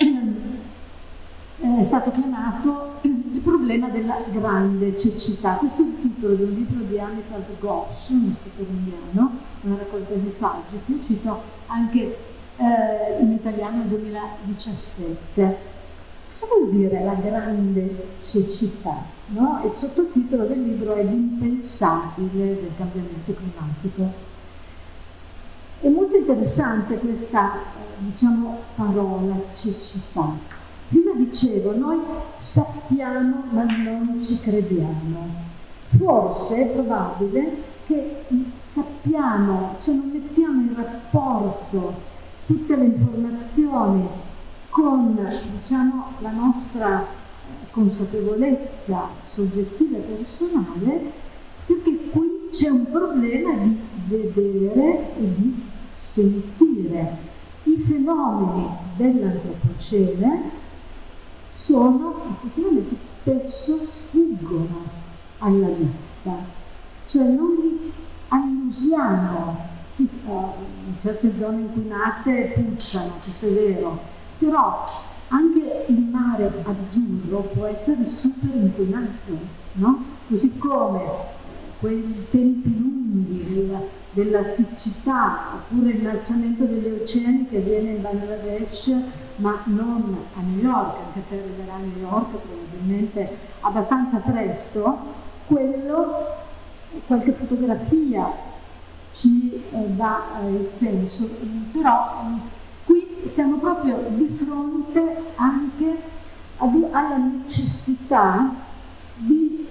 è stato chiamato il problema della grande cecità. Questo è il titolo di un libro di Amitav Ghosh, uno scrittore indiano, una raccolta di saggi, che è uscito anche eh, in italiano nel duemiladiciassette. Cosa vuol dire la grande cecità? No? Il sottotitolo del libro è L'impensabile del cambiamento climatico. È molto interessante questa, diciamo, parola cecità. Prima dicevo, noi sappiamo ma non ci crediamo. Forse è probabile che sappiamo, cioè non mettiamo in rapporto tutte le informazioni con, diciamo, la nostra consapevolezza soggettiva e personale, perché qui c'è un problema di vedere e di sentire. I fenomeni dell'antropocene sono effettivamente spesso sfuggono alla vista, cioè non li annusiamo. Sì, in certe zone inquinate puzzano, questo è vero, però anche il mare azzurro può essere super inquinato, no? Così come quei tempi lunghi della, della siccità, oppure l'innalzamento degli oceani che avviene in Bangladesh, ma non a New York, anche se arriverà a New York probabilmente abbastanza presto, quello, qualche fotografia ci eh, dà eh, il senso, però eh, qui siamo proprio di fronte anche ad, alla necessità di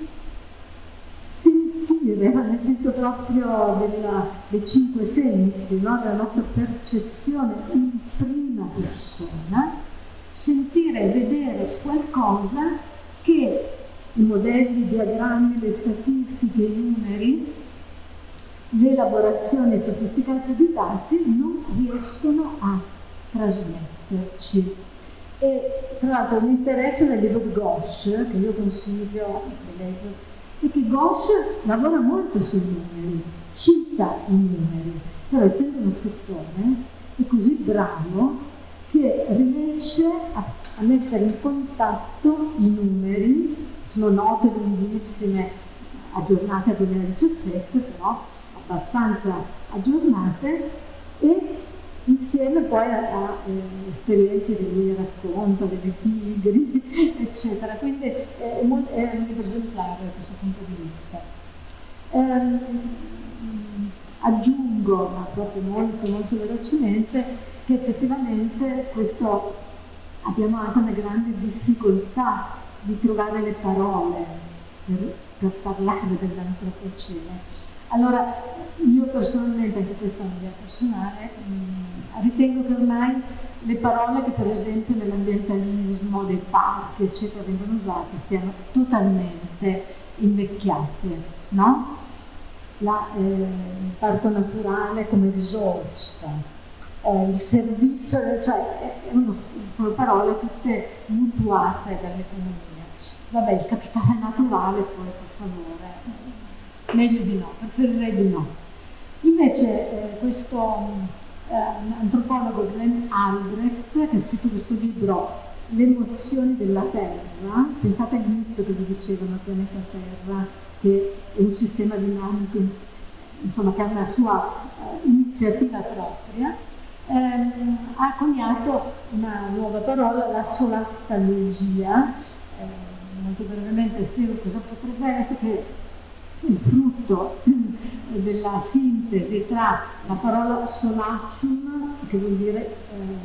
sentire, nel senso proprio della, dei cinque sensi, no? Della nostra percezione in prima persona, sentire e vedere qualcosa che i modelli, i diagrammi, le statistiche, i numeri, le elaborazioni sofisticate di dati non riescono a trasmetterci. E tra l'altro un interesse del libro di Ghosh, che io consiglio di leggere, è che Ghosh lavora molto sui numeri, cita i numeri, però essendo uno scrittore è così bravo che riesce a, a mettere in contatto i numeri, sono note lunghissime, aggiornate al duemiladiciassette, però abbastanza aggiornate, e insieme poi a, a eh, esperienze che lui racconta, delle tigri, eccetera. Quindi è, è, molto, è un libro esemplare da questo punto di vista. Ehm, aggiungo, ma proprio molto molto velocemente, che effettivamente questo abbiamo anche una grande difficoltà di trovare le parole per, per parlare dell'antropocene. Allora, io personalmente, anche questa è una idea personale, mh, ritengo che ormai le parole che per esempio nell'ambientalismo dei parchi, eccetera, vengono usate siano totalmente invecchiate, no? La, eh, il parco naturale come risorsa, eh, il servizio, cioè è uno, sono parole tutte mutuate dall'economia. Vabbè, il capitale naturale poi, per favore, meglio di no, preferirei di no. Invece eh, questo eh, antropologo Glenn Albrecht, che ha scritto questo libro Le emozioni della Terra, pensate all'inizio che vi dicevano il pianeta Terra, che è un sistema dinamico, insomma, che ha una sua eh, iniziativa propria, ehm, ha coniato una nuova parola, la solastalgia. Eh, molto brevemente spiego cosa potrebbe essere, che il frutto della sintesi tra la parola solacium, che vuol dire eh,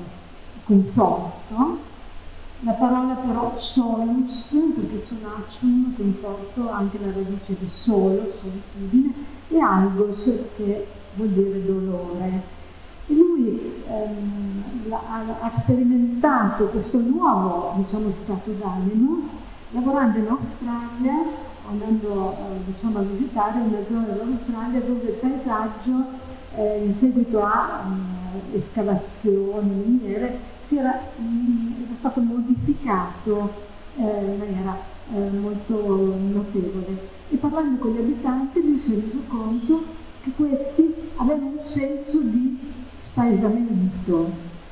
conforto, la parola però solus, perché solacium, conforto, anche la radice di solo, solitudine, e algos, che vuol dire dolore. E lui ehm, ha, ha sperimentato questo nuovo, diciamo, stato d'animo lavorando in Australia, andando eh, diciamo, a visitare una zona dell'Australia dove il paesaggio eh, in seguito a um, escavazioni miniere si era, mh, era stato modificato eh, in maniera eh, molto notevole, e parlando con gli abitanti lui si è reso conto che questi avevano un senso di spaesamento,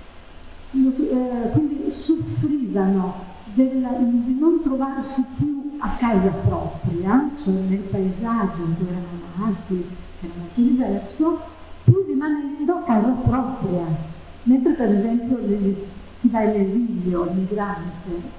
eh, quindi soffrivano Della, di non trovarsi più a casa propria, cioè nel paesaggio in cui erano nati, che era molto diverso, pur rimanendo a casa propria. Mentre per esempio chi va in esilio, il migrante,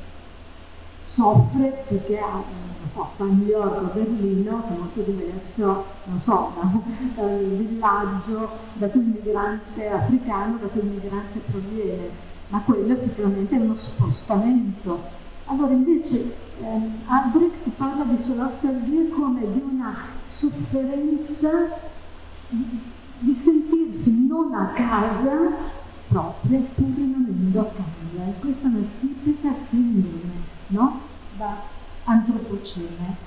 soffre perché ha, non so, sta a New York o a Berlino, che è molto diverso, non so, dal villaggio da cui il migrante africano, da cui il migrante proviene. Ma quello effettivamente è uno spostamento. Allora invece ehm, Albrecht parla di solastalgia come di una sofferenza di, di sentirsi non a casa propria, pur rimanendo a casa. E questa è una tipica sindrome, no? Da antropocene.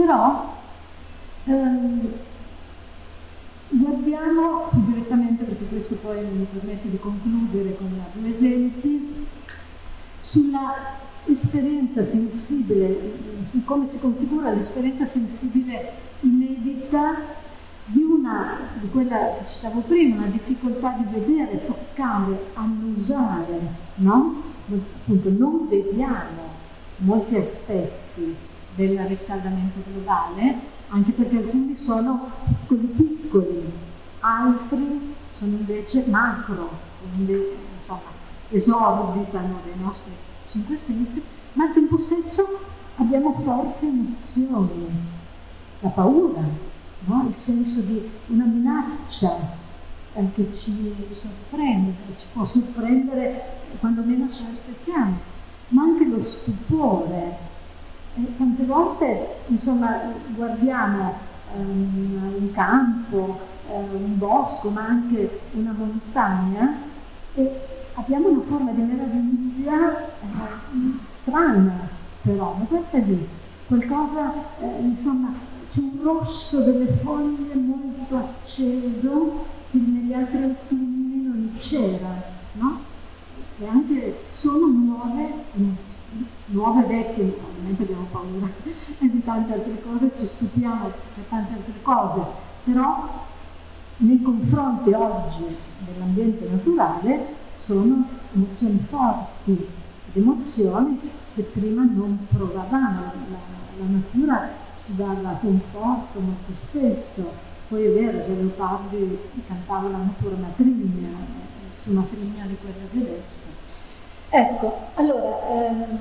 Però ehm, guardiamo più direttamente, perché questo poi mi permette di concludere con due esempi, sulla esperienza sensibile, su come si configura l'esperienza sensibile inedita di una, di quella che citavo prima, una difficoltà di vedere, toccare, annusare, no? Appunto non vediamo molti aspetti del riscaldamento globale, anche perché alcuni sono piccoli piccoli, altri sono invece macro, quindi insomma esorbitano dei nostri cinque sensi, ma al tempo stesso abbiamo forti emozioni, la paura, no? Il senso di una minaccia eh, che ci sorprende, che ci può sorprendere quando meno ce l'aspettiamo, ma anche lo stupore. E tante volte, insomma, guardiamo um, un campo, um, un bosco, ma anche una montagna e abbiamo una forma di meraviglia eh, strana, però, ma guarda lì, qualcosa, eh, insomma, c'è un rosso delle foglie molto acceso che negli altri autunni non c'era, no? E anche sono nuove emozioni, nuove vecchie, ovviamente abbiamo paura e di tante altre cose, ci stupiamo per tante altre cose, però nei confronti oggi dell'ambiente naturale sono emozioni forti, emozioni che prima non provavamo. La, la natura ci dava conforto molto spesso, poi è vero che Leopardi cantava la natura matrigna, una trigna di quella di adesso. Ecco, allora ehm,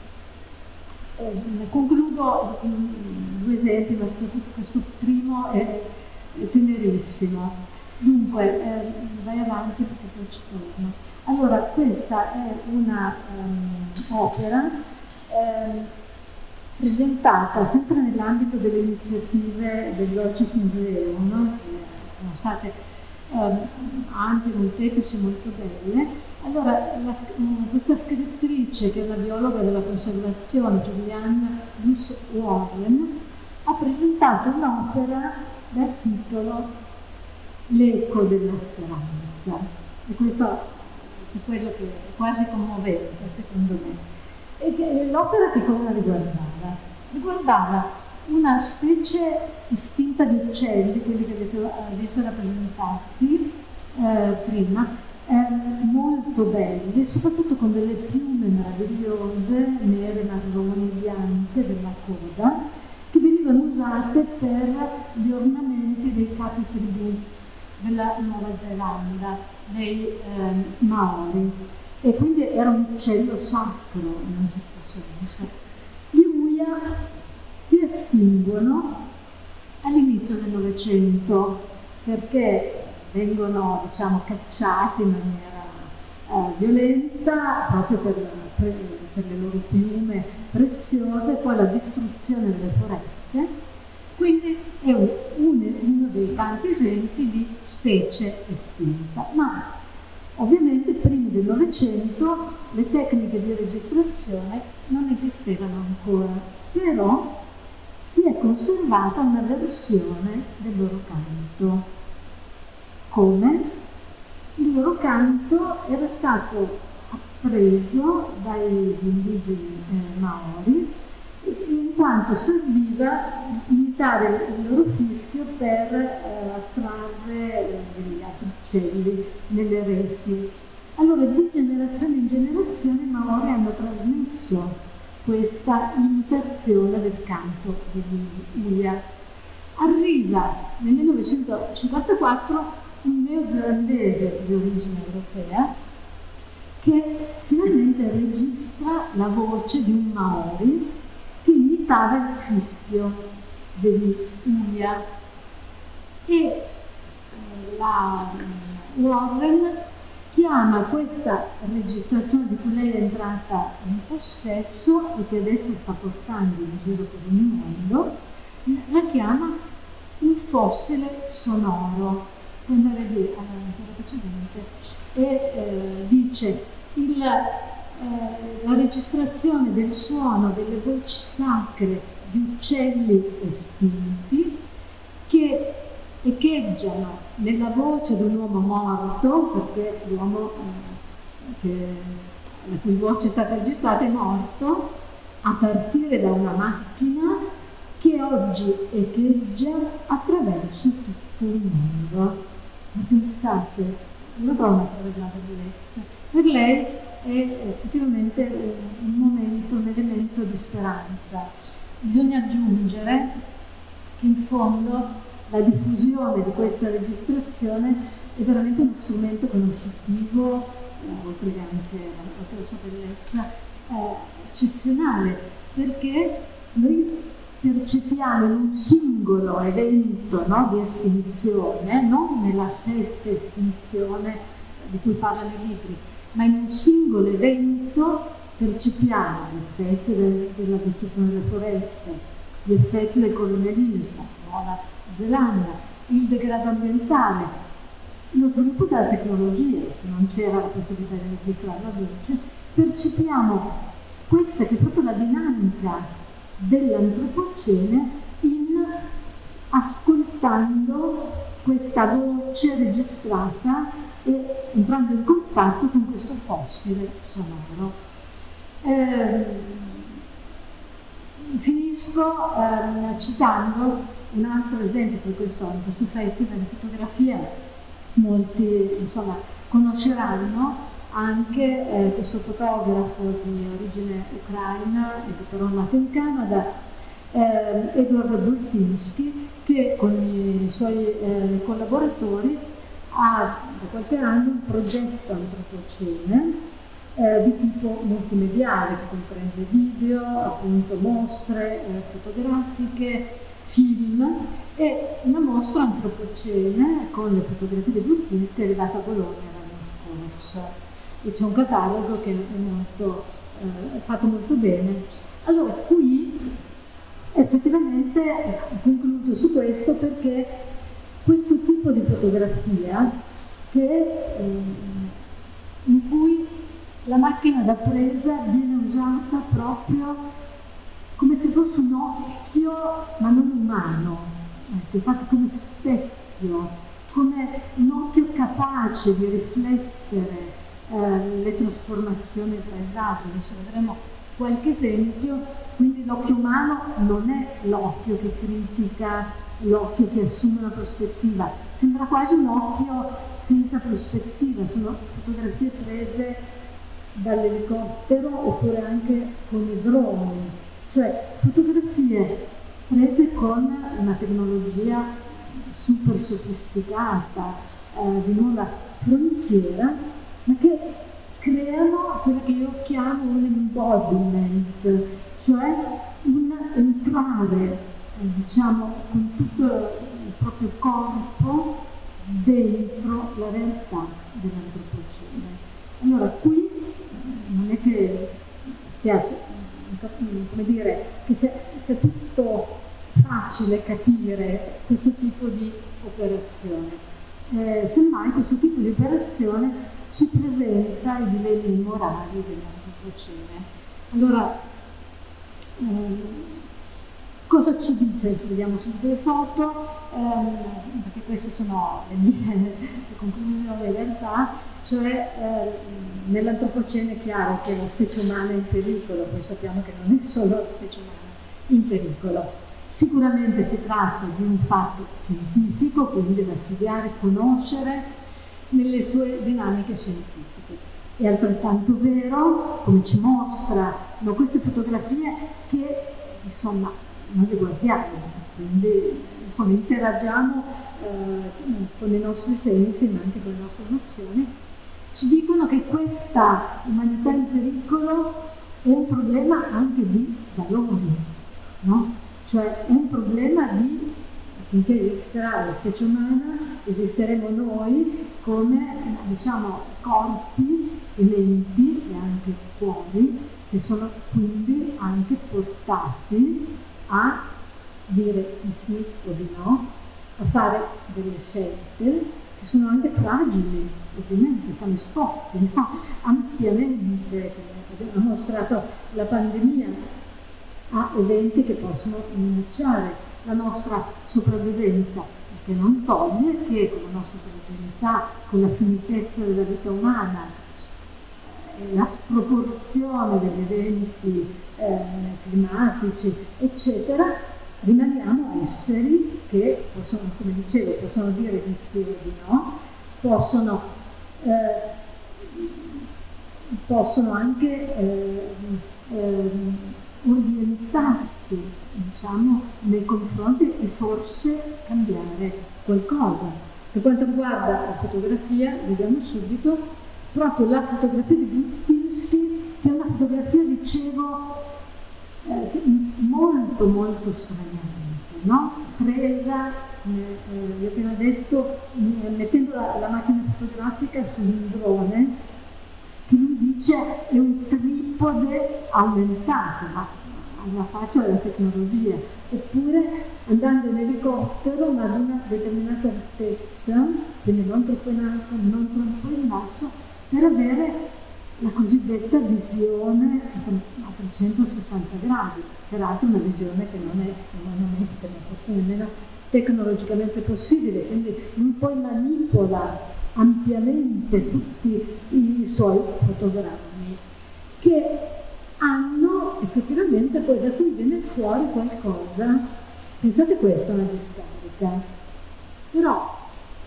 eh, concludo con due esempi, ma soprattutto questo primo è, è tenerissimo. Dunque, eh, vai avanti perché poi ci torno. Allora, questa è una um, opera eh, presentata sempre nell'ambito delle iniziative dell'Orchis Museum, che sono state anche molteplici, molto belle. Allora, la, questa scrittrice, che è una biologa della conservazione, Julianne Luce Warren, ha presentato un'opera dal titolo L'eco della speranza. E questo è quello che è quasi commovente, secondo me. E l'opera che cosa riguardava? Riguardava una specie estinta di uccelli, quelli che avete visto rappresentati eh, prima, eh, molto belli, soprattutto con delle piume meravigliose, nere, marroni, bianche della coda, che venivano usate per gli ornamenti dei capi tribù della Nuova Zelanda, dei eh, Maori, e quindi era un uccello sacro in un certo senso. Gli Uia si estinguono all'inizio del Novecento perché vengono, diciamo, cacciati in maniera eh, violenta proprio per, per, per le loro piume preziose, e poi la distruzione delle foreste. Quindi è un, uno dei tanti esempi di specie estinta. Ma ovviamente prima del Novecento le tecniche di registrazione non esistevano ancora, però si è conservata una versione del loro canto. Come? Il loro canto era stato appreso dai indigeni eh, Maori, in quanto serviva imitare il loro fischio per eh, attrarre degli altri uccelli nelle reti. Allora, di generazione in generazione i Maori hanno trasmesso questa imitazione del canto degli Uia. Arriva nel millenovecentocinquantaquattro un neozelandese di origine europea che finalmente registra la voce di un Maori che imitava il fischio degli Uia, e la Warren chiama questa registrazione di cui lei è entrata in possesso e che adesso sta portando in giro per il mondo, la chiama un fossile sonoro. Puoi andare lì alla precedente, e eh, dice il, eh, la registrazione del suono delle voci sacre di uccelli estinti che echeggiano nella voce di un uomo morto, perché l'uomo eh, che, la cui voce è stata registrata è morto, a partire da una macchina che oggi echeggia attraverso tutto il mondo. Ma pensate, una donna per la bellezza. Per lei è effettivamente un momento, un elemento di speranza. Bisogna aggiungere che in fondo la diffusione di questa registrazione è veramente uno strumento conoscitivo, eh, oltre che anche oltre alla sua bellezza, eh, eccezionale, perché noi percepiamo in un singolo evento, no, di estinzione, non nella sesta estinzione di cui parlano i libri, ma in un singolo evento percepiamo gli effetti del, della distruzione delle foreste, gli effetti del colonialismo, Nuova Zelanda, il degrado ambientale, lo sviluppo della tecnologia, se non c'era la possibilità di registrare la voce, percepiamo questa che è proprio la dinamica dell'antropocene in ascoltando questa voce registrata e entrando in contatto con questo fossile sonoro. Eh, finisco eh, citando un altro esempio per questo, in questo festival di fotografia. Molti insomma conosceranno anche eh, questo fotografo di origine ucraina e però nato in Canada, eh, Edward Bultinsky, che con i suoi eh, collaboratori ha da qualche anno un progetto antropocene eh, di tipo multimediale che comprende video, appunto mostre eh, fotografiche, film e una mostra antropocene con le fotografie di Bultinsky è arrivata a Bologna l'anno scorso. E c'è un catalogo che è molto, eh, fatto molto bene. Allora, qui effettivamente eh, concludo su questo perché questo tipo di fotografia che, eh, in cui la macchina da presa viene usata proprio come se fosse un occhio, ma non umano, ecco, infatti come specchio, come un occhio capace di riflettere Eh, le trasformazioni del paesaggio. Adesso vedremo qualche esempio. Quindi l'occhio umano non è l'occhio che critica, l'occhio che assume una prospettiva, sembra quasi un occhio senza prospettiva. Sono fotografie prese dall'elicottero oppure anche con i droni, cioè fotografie prese con una tecnologia super sofisticata, eh, di nuova frontiera, ma che creano quello che io chiamo un embodiment, cioè un entrare, diciamo, con tutto il proprio corpo dentro la realtà dell'antropocene. Allora, qui non è che sia, come dire, che sia, sia tutto facile capire questo tipo di operazione. Eh, semmai questo tipo di operazione ci presenta i dilemmi morali dell'antropocene. Allora, ehm, cosa ci dice? Adesso vediamo subito le foto, ehm, perché queste sono le mie le conclusioni in realtà, cioè eh, nell'antropocene è chiaro che la specie umana è in pericolo, poi sappiamo che non è solo la specie umana in pericolo. Sicuramente si tratta di un fatto scientifico, quindi da studiare, conoscere nelle sue dinamiche scientifiche. È altrettanto vero, come ci mostrano queste fotografie, che insomma noi le guardiamo, quindi insomma interagiamo eh, con i nostri sensi ma anche con le nostre emozioni, ci dicono che questa umanità in pericolo è un problema anche di valori, no? Cioè è un problema di, finché esisterà la specie umana, esisteremo noi come, diciamo, corpi e menti e anche cuori che sono quindi anche portati a dire di sì o di no, a fare delle scelte che sono anche fragili, ovviamente siamo esposti, no? Ampiamente, come ha mostrato la pandemia, a eventi che possono minacciare la nostra sopravvivenza. il che non toglie che con la nostra fragilità, con la finitezza della vita umana, la sproporzione degli eventi eh, climatici, eccetera, rimaniamo esseri che possono, come dicevo, possono dire di sì o di no, possono, eh, possono anche eh, eh, orientarsi, diciamo, nei confronti e forse cambiare qualcosa. Per quanto riguarda la fotografia, vediamo subito proprio la fotografia di Burtynsky, che è una fotografia, dicevo, eh, molto molto straniante, no? Presa, eh, vi ho appena detto, mettendo la, la macchina fotografica su un drone, che lui dice è un tripode aumentato, ma alla faccia della tecnologia, oppure andando in elicottero ma ad una determinata altezza, quindi non troppo in alto, non troppo in basso, per avere la cosiddetta visione a trecentosessanta gradi, peraltro una visione che non è umanamente, ma forse nemmeno tecnologicamente possibile, quindi lui poi manipola ampiamente tutti i suoi fotogrammi, che hanno effettivamente, poi da cui viene fuori qualcosa. Pensate, questa è una discarica, però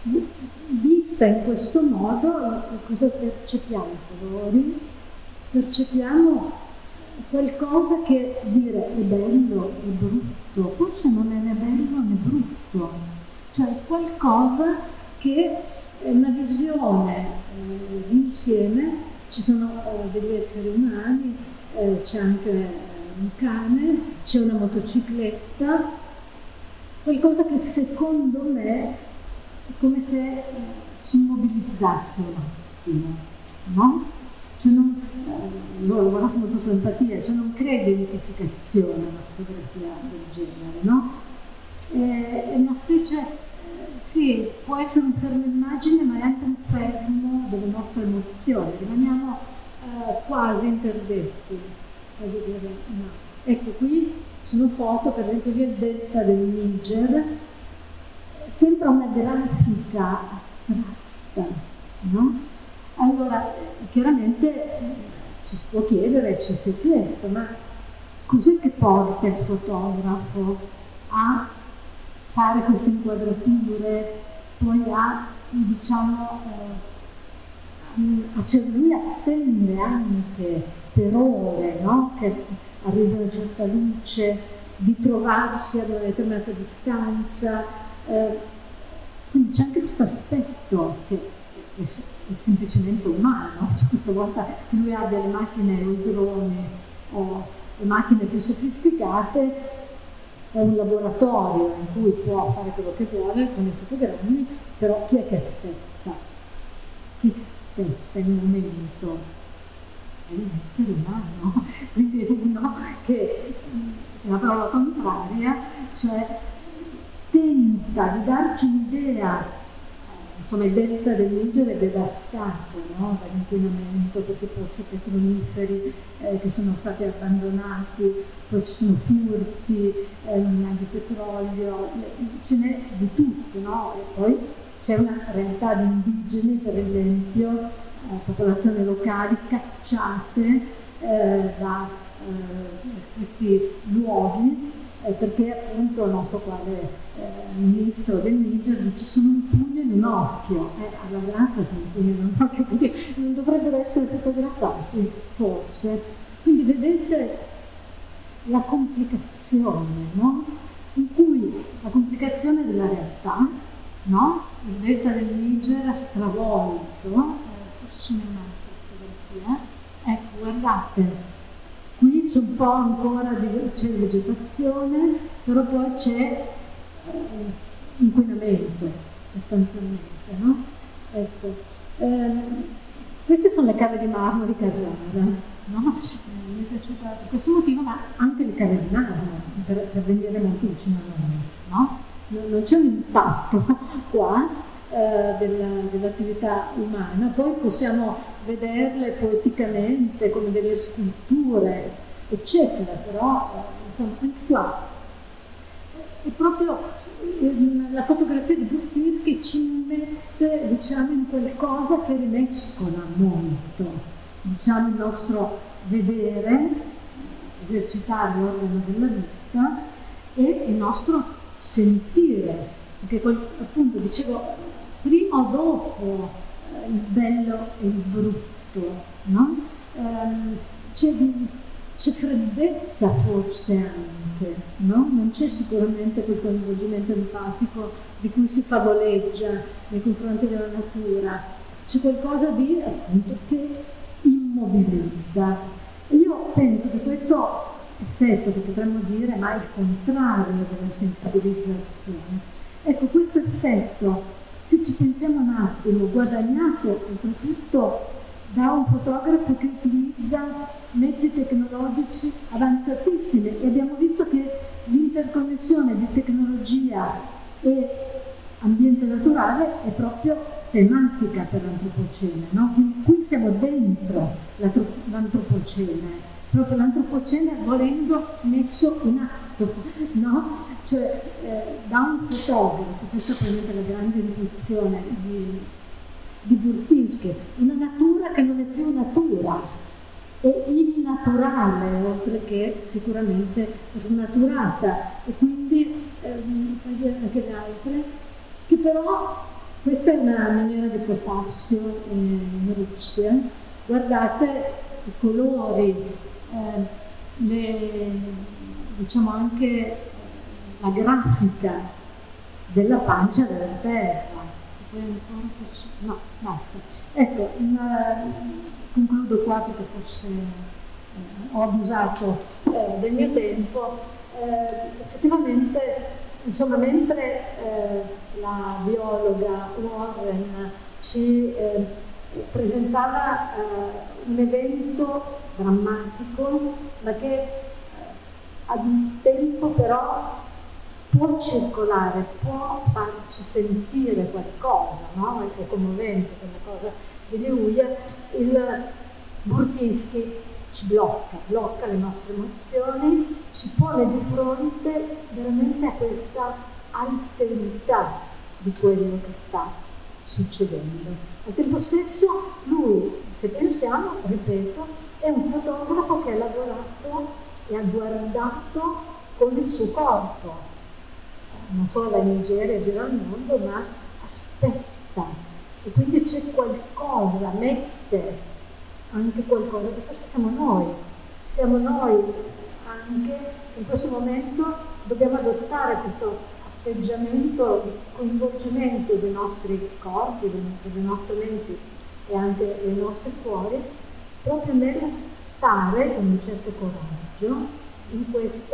vista in questo modo cosa percepiamo? Colori, percepiamo qualcosa che dire è bello, è brutto, forse non è né bello né brutto, cioè qualcosa che è una visione eh, d'insieme. Ci sono eh, degli esseri umani, eh, c'è anche un cane, c'è una motocicletta, qualcosa che secondo me è come se eh, ci immobilizzasse un attimo, no? Cioè non, eh, io ho lavorato molto su empatia, cioè non crea identificazione una fotografia del genere, no? È una specie, sì, può essere un fermo immagine, ma è anche un fermo delle nostre emozioni, rimaniamo eh, quasi interdetti. Dire, no. Ecco, qui sono foto, per esempio lì il delta del Niger, sembra una grafica astratta, no? Allora, chiaramente ci si può chiedere, ci si è chiesto, ma cos'è che porta il fotografo a fare queste inquadrature, poi a, diciamo, eh, a cioè lui attende anche per ore, no? Che arriva una certa luce, di trovarsi ad una determinata distanza, eh, quindi c'è anche questo aspetto che è, è semplicemente umano, cioè questa volta che lui abbia le macchine o i droni o le macchine più sofisticate, è un laboratorio in cui può fare quello che vuole con i fotogrammi, però chi è che aspetta? Chi è che aspetta il momento? È un essere umano, quindi uno che, la parola contraria, cioè tenta di darci un'idea. Insomma, il delta del Niger è devastato, no? Dall'inquinamento, perché pozzi petroliferi eh, che sono stati abbandonati, poi ci sono furti eh, di petrolio, ce n'è di tutto, no? E poi c'è una realtà di indigeni, per esempio, eh, popolazioni locali cacciate eh, da eh, questi luoghi, eh, perché appunto non so quale eh, ministro del Niger dice sono un pugno in un occhio, eh, alla grazia sono un pugno in un occhio, quindi non dovrebbero essere fotografati, forse. Quindi vedete la complicazione, no? In cui la complicazione della realtà, no? Il delta del Niger stravolto, eh, forse sono in altre fotografie, ecco, guardate. Qui c'è un po' ancora di c'è vegetazione, però poi c'è eh, inquinamento sostanzialmente, no? Ecco. Eh, queste sono le cave di marmo di Carrara, no? Mi è piaciuta per questo motivo, ma anche le cave di marmo, per, per venire molto vicino a noi, no? Non c'è un impatto qua eh, della, dell'attività umana, poi possiamo vederle poeticamente come delle sculture, eccetera, però eh, insomma anche qua e proprio la fotografia di Burtynsky ci mette, diciamo, in quelle cose che rimescola molto, diciamo, il nostro vedere, esercitare l'organo della vista, e il nostro sentire, perché appunto dicevo prima o dopo eh, il bello e il brutto, no? Ehm, c'è, c'è freddezza forse anche, no? Non c'è sicuramente quel coinvolgimento empatico di cui si favoleggia nei confronti della natura, c'è qualcosa di, appunto, che immobilizza. E io penso che questo effetto, che potremmo dire ma è il contrario della sensibilizzazione, ecco, questo effetto, se ci pensiamo un attimo, guadagnato oltretutto da un fotografo che utilizza mezzi tecnologici avanzatissimi, e abbiamo visto che l'interconnessione di tecnologia e ambiente naturale è proprio tematica per l'antropocene, no? Quindi qui siamo dentro l'antropocene, proprio l'antropocene volendo messo in atto, no? Cioè eh, da un fotografo, questa è probabilmente la grande intuizione di, di Burtynsky, una natura che non è più natura, è innaturale, oltre che sicuramente snaturata, e quindi ehm, fai vedere anche le altre, che però questa è una maniera di portarsi in Russia. Guardate i colori, eh, le, diciamo anche la grafica della pancia della terra. Poi ancora forse... no, basta. Ecco, una, concludo qua perché forse eh, ho abusato eh, del mio tempo. Eh, effettivamente, insomma, mentre eh, la biologa Warren ci eh, presentava eh, un evento drammatico, ma che eh, ad un tempo però può circolare, può farci sentire qualcosa, no? È commovente quella cosa di Liuya. Il Burtynsky ci blocca, blocca le nostre emozioni, ci pone di fronte veramente a questa alterità di quello che sta succedendo. Al tempo stesso lui, se pensiamo, ripeto, è un fotografo che ha lavorato e ha guardato con il suo corpo, non solo la Nigeria, gira il mondo, ma aspetta, e quindi c'è qualcosa, mette anche qualcosa, che forse siamo noi, siamo noi anche in questo momento dobbiamo adottare questo atteggiamento di coinvolgimento dei nostri corpi, delle nostre menti e anche dei nostri cuori, proprio nel stare con un certo coraggio in questo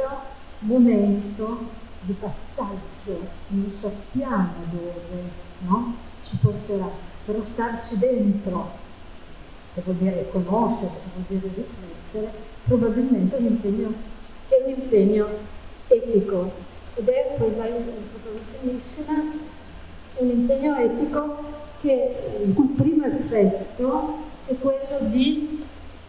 momento di passaggio, non sappiamo dove, no? Ci porterà, però starci dentro, che vuol dire conoscere, che vuol dire riflettere, probabilmente è un impegno, è un impegno etico, ed è ultimissima, un impegno etico che, il cui primo effetto è quello di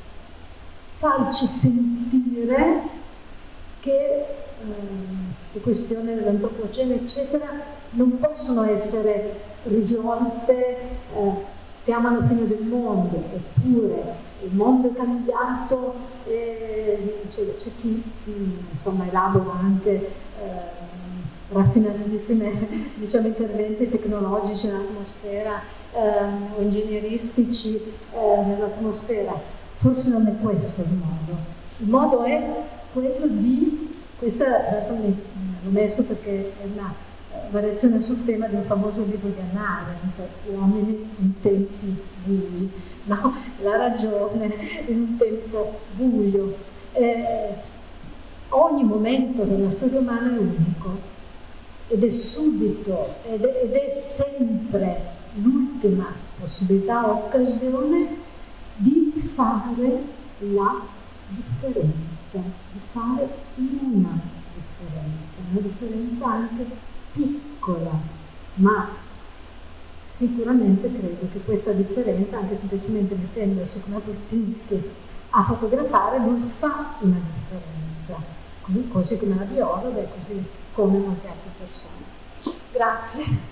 farci sentire che ehm, le questioni dell'antropocene, eccetera, non possono essere risolte, eh, siamo alla fine del mondo, eppure il mondo è cambiato, e c'è, c'è chi insomma elabora anche eh, raffinatissime, diciamo, interventi tecnologici nell'atmosfera eh, o ingegneristici eh, nell'atmosfera. Forse non è questo il modo. Il modo è quello di, questa tra l'altro l'ho messo perché è una variazione sul tema di un famoso libro di Hannah Arendt, Uomini in tempi bui, no? La ragione in un tempo buio. Eh, ogni momento della storia umana è unico ed è subito ed è, ed è sempre l'ultima possibilità, occasione di fare la differenza, di fare una differenza, una differenza anche piccola, ma sicuramente credo che questa differenza, anche semplicemente mettendosi come Burtynsky a fotografare, lui fa una differenza, così come la biologa e così come molte altre persone. Grazie.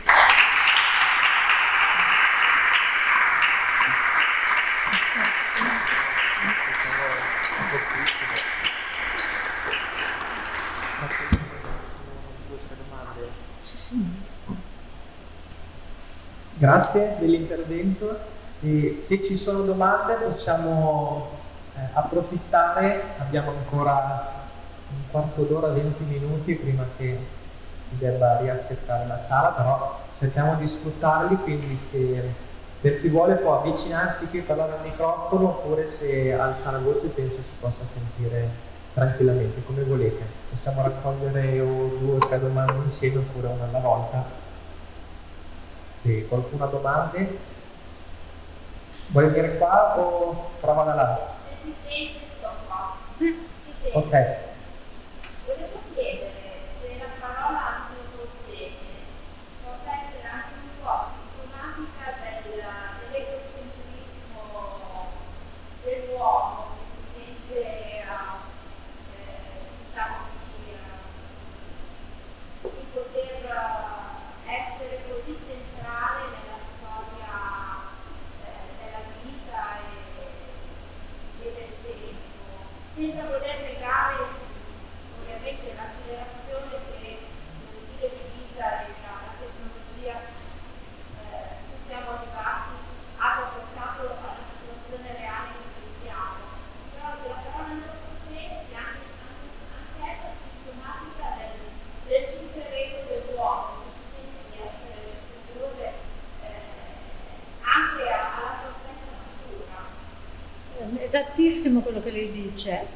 Grazie dell'intervento e se ci sono domande possiamo eh, approfittare, abbiamo ancora un quarto d'ora, venti minuti prima che si debba riassettare la sala, però cerchiamo di sfruttarli, quindi se per chi vuole può avvicinarsi qui e parlare al microfono, oppure se alza la voce penso si possa sentire tranquillamente, come volete. Possiamo raccogliere o due o tre domande insieme oppure una alla volta. Se qualcuno ha domande, vuoi venire qua o prova da là? Se si sente sto qua. Si sente. Ok. Volevo chiedere se la parola antropocene possa essere anche un po' sintomatica del, dell'egocentrismo dell'uomo che si sente uh, eh, diciamo di, uh, di poter uh, essere così centrale nella storia eh, della vita e, e del tempo, senza voler negare ovviamente l'accelerazione che lo stile di vita e la, la tecnologia eh, che siamo arrivati ha portato alla situazione reale in cui stiamo. Però se la parola antropocene sia anche, anche, anche essa sintomatica del, del superego dell'uomo, che si sente di essere superiore eh, anche a, alla sua stessa natura. Esattissimo quello che lei dice.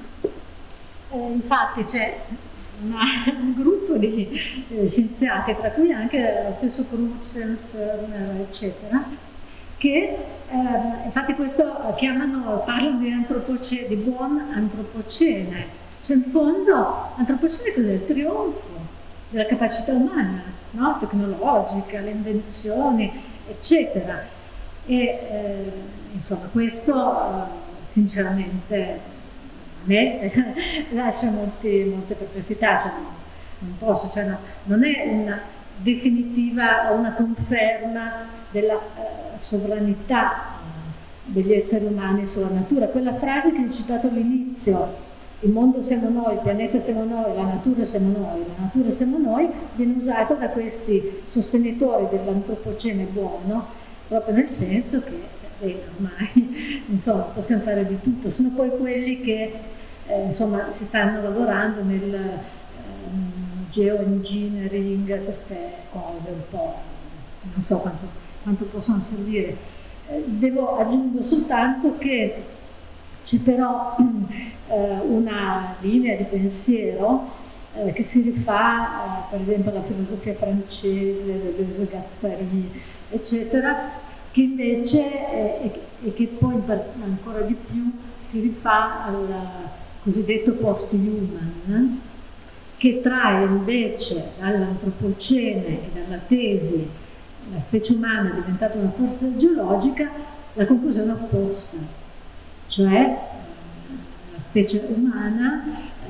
Eh, infatti c'è una, un gruppo di eh, scienziati, tra cui anche lo stesso Crutzen, Stirner, eccetera, che eh, infatti questo chiamano, parlano di antropocene, di buon antropocene. Cioè in fondo antropocene cos'è? Il trionfo della capacità umana, no? Tecnologica, le invenzioni, eccetera. E eh, insomma questo eh, sinceramente a me lascia molti, molte perplessità, cioè non posso, cioè no, non è una definitiva o una conferma della eh, sovranità degli esseri umani sulla natura. Quella frase che ho citato all'inizio, il mondo siamo noi, il pianeta siamo noi, la natura siamo noi, la natura siamo noi, viene usata da questi sostenitori dell'antropocene buono, proprio nel senso che eh, ormai insomma possiamo fare di tutto. Sono poi quelli che eh, insomma si stanno lavorando nel eh, geoengineering, queste cose un po', non so quanto, quanto possono servire. Eh, devo aggiungere soltanto che c'è però eh, una linea di pensiero eh, che si rifà eh, per esempio alla filosofia francese, Deleuze, Guattari, eccetera, che invece eh, e che poi ancora di più si rifà al cosiddetto post-human, che trae invece dall'antropocene e dalla tesi la specie umana è diventata una forza geologica la conclusione opposta, cioè la specie umana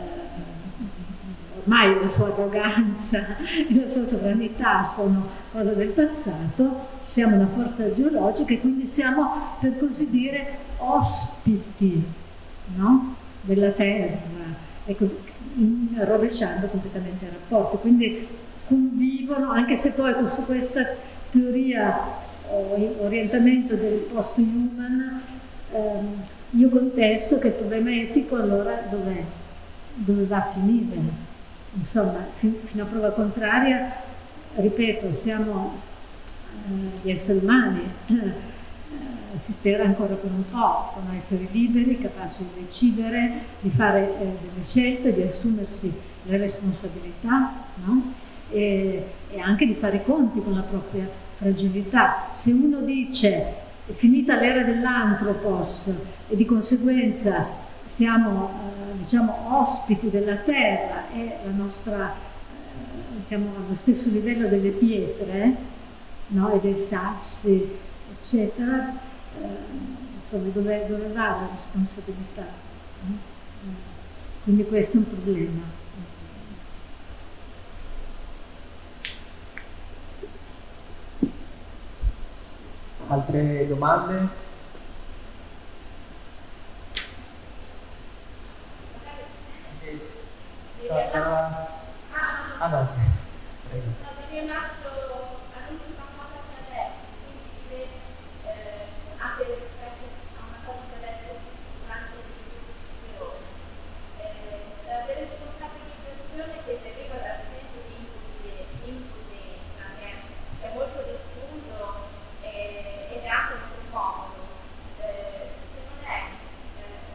eh, ormai la sua arroganza e la sua sovranità sono cose del passato, siamo una forza geologica e quindi siamo, per così dire, ospiti, no? Della Terra, ecco, rovesciando completamente il rapporto, quindi convivono, anche se poi su questa teoria o orientamento del post-human ehm, io contesto che il problema etico allora dov'è? Dove va a finire? Insomma, fin, fino a prova contraria, ripeto, siamo eh, gli esseri umani, eh, si spera ancora per un po', sono esseri liberi, capaci di decidere, di fare eh, delle scelte, di assumersi le responsabilità, no? e, e anche di fare i conti con la propria fragilità. Se uno dice è finita l'era dell'antropos e di conseguenza siamo eh, diciamo ospiti della terra e la nostra, eh, siamo allo stesso livello delle pietre, no? E dei sassi, eccetera, eh, insomma dove, dove va la responsabilità? Quindi questo è un problema. altre domande? Ah no, prego. Un altro, all'ultima cosa che ha detto, quindi se eh, anche rispetto a una cosa che ha detto durante l'esposizione, eh, la responsabilizzazione che deriva dal senso di impotenza, che è molto diffuso eh, ed è anche molto comodo, eh, se non è eh,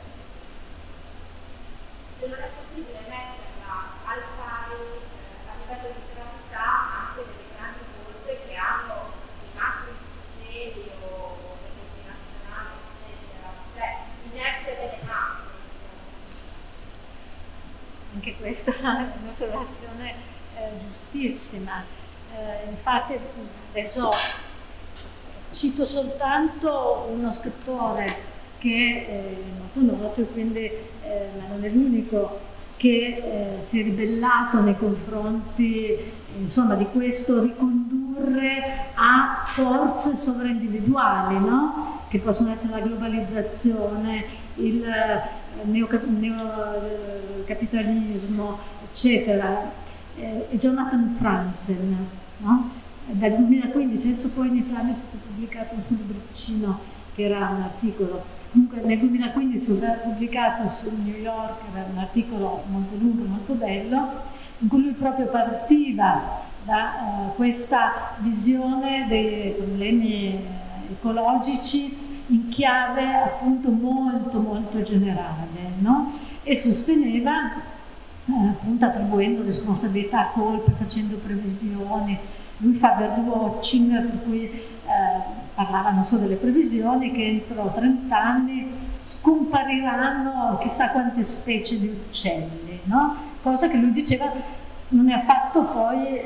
se non è possibile metterla al pari eh, a livello di gravità anche delle grandi colpe che hanno i massimi sistemi o le multinazionali, eccetera, cioè l'inerzia delle masse. Anche questa è un'osservazione eh, giustissima. Eh, infatti adesso cito soltanto uno scrittore che è molto noto e quindi eh, ma non è l'unico che eh, si è ribellato nei confronti insomma, di questo ricondurre a forze sovraindividuali, no? Che possono essere la globalizzazione, il neocapitalismo, eccetera. Eh, è Jonathan Franzen, no? Dal duemilaquindici, adesso poi in Italia è stato pubblicato un libricino che era un articolo. Comunque nel duemilaquindici aveva pubblicato sul New Yorker un articolo molto lungo, molto bello, in cui lui proprio partiva da uh, questa visione dei problemi ecologici in chiave appunto molto molto generale, no? E sosteneva, eh, appunto attribuendo responsabilità a colpe, facendo previsioni. Lui fa birdwatching, per cui eh, parlava non so delle previsioni che entro trenta anni scompariranno chissà quante specie di uccelli, no? Cosa che lui diceva non è affatto poi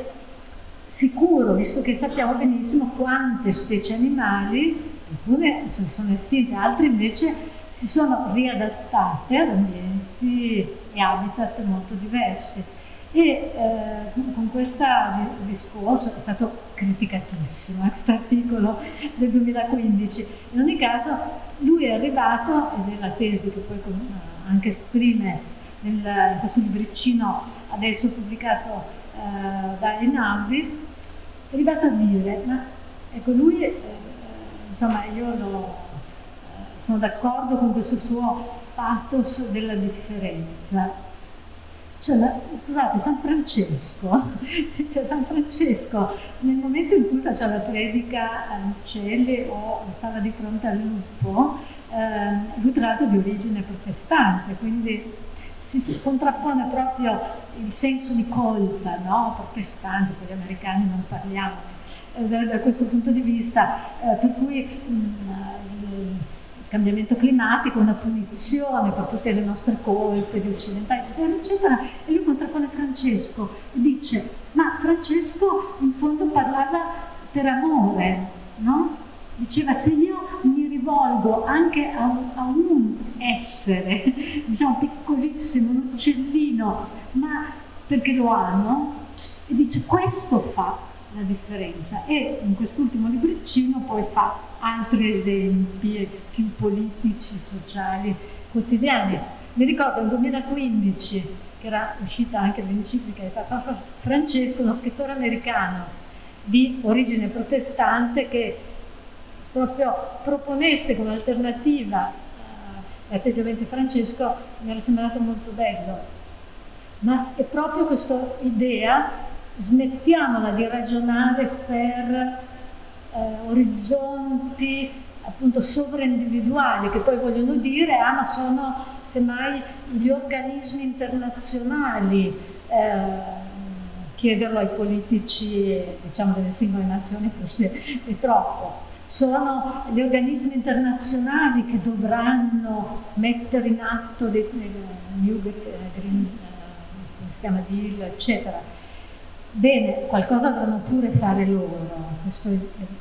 sicuro, visto che sappiamo benissimo quante specie animali, alcune sono estinte, altre invece si sono riadattate ad ambienti e habitat molto diversi. E eh, con questo discorso è stato criticatissimo, eh, questo articolo del duemilaquindici. In ogni caso lui è arrivato, ed è la tesi che poi anche esprime nel, in questo libricino adesso pubblicato eh, da Einaudi, è arrivato a dire, ma ecco lui, eh, insomma io lo, eh, sono d'accordo con questo suo pathos della differenza. Cioè, scusate, San Francesco, cioè San Francesco nel momento in cui faceva la predica agli uccelli o stava di fronte al lupo, eh, lui tra l'altro di origine protestante, quindi si, si contrappone proprio il senso di colpa, no? Protestante, per gli americani non parliamo eh, da, da questo punto di vista, eh, per cui mh, cambiamento climatico, una punizione per tutte le nostre colpe di occidentali, eccetera, eccetera. E lui contrappone Francesco e dice, ma Francesco in fondo parlava per amore, no? Diceva, se io mi rivolgo anche a un, a un essere, diciamo piccolissimo, un uccellino, ma perché lo amo, e dice, questo fa la differenza. E in quest'ultimo libricino poi fa altri esempi più politici, sociali, quotidiani. Mi ricordo nel duemilaquindici, che era uscita anche l'enciclica di Papa Francesco, uno scrittore americano di origine protestante che proprio proponesse come alternativa agli atteggiamenti di Francesco, mi era sembrato molto bello. Ma è proprio questa idea, smettiamola di ragionare per Eh, orizzonti appunto sovraindividuali che poi vogliono dire ah ma sono semmai gli organismi internazionali, eh, chiederlo ai politici diciamo delle singole nazioni forse è troppo, sono gli organismi internazionali che dovranno mettere in atto dei New Green come si chiama Deal, eccetera. Bene, qualcosa dovranno pure fare loro, questo,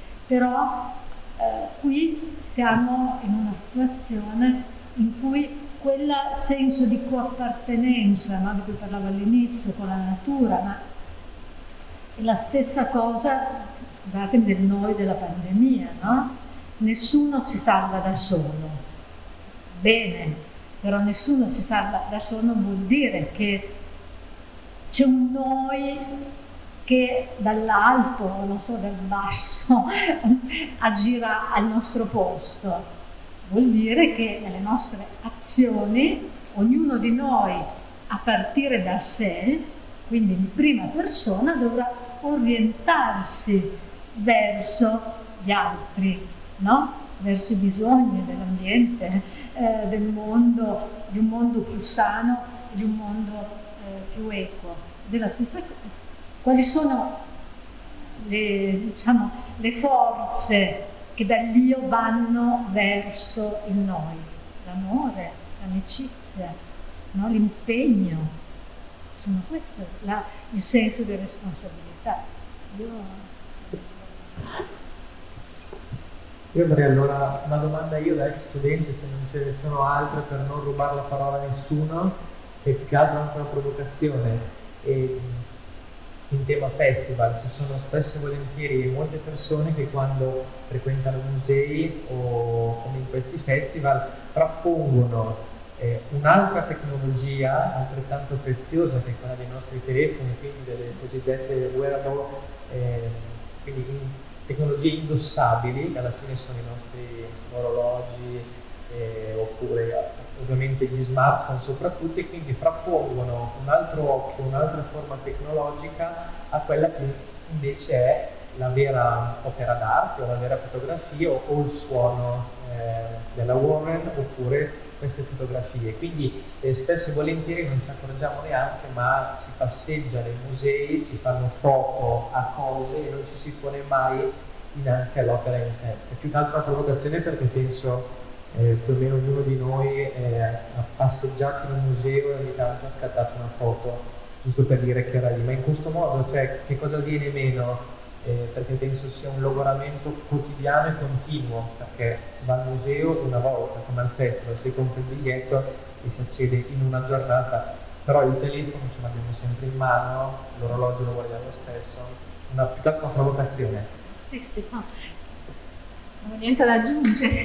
però eh, qui siamo in una situazione in cui quel senso di coappartenenza, no, di cui parlavo all'inizio con la natura, ma è la stessa cosa, scusatemi, del noi della pandemia, no? nessuno si salva da solo. Bene, però nessuno si salva da solo vuol dire che c'è un noi che dall'alto, non so, dal basso, agirà al nostro posto. Vuol dire che nelle nostre azioni, ognuno di noi, a partire da sé, quindi in prima persona, dovrà orientarsi verso gli altri, no? Verso i bisogni dell'ambiente, eh, del mondo, di un mondo più sano, di un mondo eh, più equo. Della stessa cosa. Quali sono le, diciamo, le forze che dall'io vanno verso il noi? L'amore, l'amicizia, no? L'impegno. Sono questo, la, il senso di responsabilità. Io, Io avrei allora una domanda io da ex studente, se non ce ne sono altre, per non rubare la parola a nessuno, e più che altro anche una provocazione. E, in tema festival ci sono spesso e volentieri molte persone che quando frequentano musei o come in questi festival frappongono eh, un'altra tecnologia altrettanto preziosa che è quella dei nostri telefoni, quindi delle cosiddette wearable, eh, quindi in, tecnologie indossabili, che alla fine sono i nostri orologi eh, oppure ovviamente gli smartphone soprattutto, e quindi frappongono un altro occhio, un'altra forma tecnologica a quella che invece è la vera opera d'arte o la vera fotografia o, o il suono eh, della Warren oppure queste fotografie. Quindi eh, spesso e volentieri non ci accorgiamo neanche, ma si passeggia nei musei, si fanno foto a cose e non ci si pone mai dinanzi all'opera in sé. È più che altro una provocazione perché penso Eh, più o meno ognuno di noi eh, ha passeggiato in un museo e ogni tanto ha scattato una foto giusto per dire che era lì, ma in questo modo, cioè, che cosa viene meno? Eh, perché penso sia un logoramento quotidiano e continuo, perché si va al museo una volta, come al festival, si compra il biglietto e si accede in una giornata, però il telefono ce l'abbiamo sempre in mano, l'orologio lo guardiamo lo stesso, una, più che altro una provocazione. Sì, sì, no. Non ho niente da aggiungere.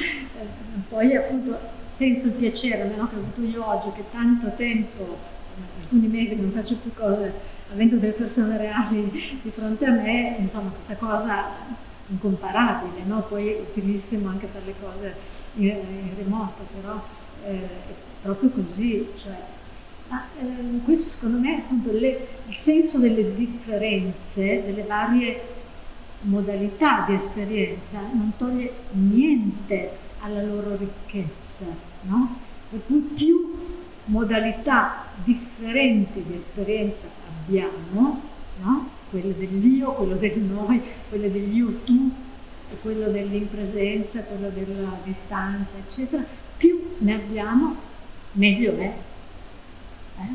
Poi appunto penso il piacere, almeno che ho avuto io oggi, che tanto tempo, alcuni mesi che non faccio più cose, avendo delle persone reali di fronte a me, insomma questa cosa incomparabile, no? Poi utilissimo anche per le cose in, in remoto, però eh, è proprio così, cioè, ma, eh, questo secondo me è appunto le, il senso delle differenze, delle varie modalità di esperienza non toglie niente alla loro ricchezza, no? Per cui più modalità differenti di esperienza abbiamo, no? Quelle dell'io, quello del noi, quelle dell'io tu, quello dell'impresenza, quello della distanza, eccetera, più ne abbiamo, meglio è. Eh?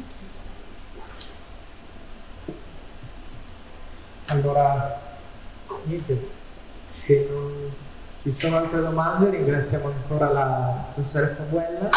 Allora, niente, se non ci sono altre domande ringraziamo ancora la professoressa Buella.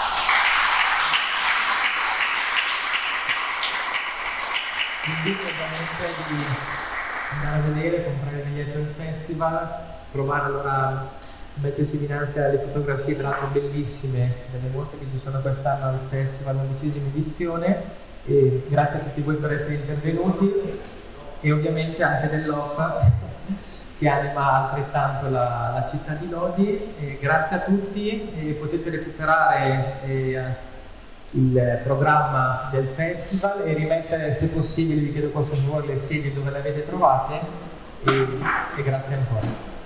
Vi invito ovviamente di andare a vedere, comprare il biglietto del festival, provare allora a mettersi dinanzi alle fotografie, tra l'altro bellissime, delle mostre che ci sono quest'anno al festival, undicesima edizione, e grazie a tutti voi per essere intervenuti e ovviamente anche dell'O F A che anima altrettanto la, la città di Lodi. E grazie a tutti, e potete recuperare eh, il programma del festival e rimettere, se possibile, vi chiedo con favore, le sedie dove le avete trovate, e, e grazie ancora.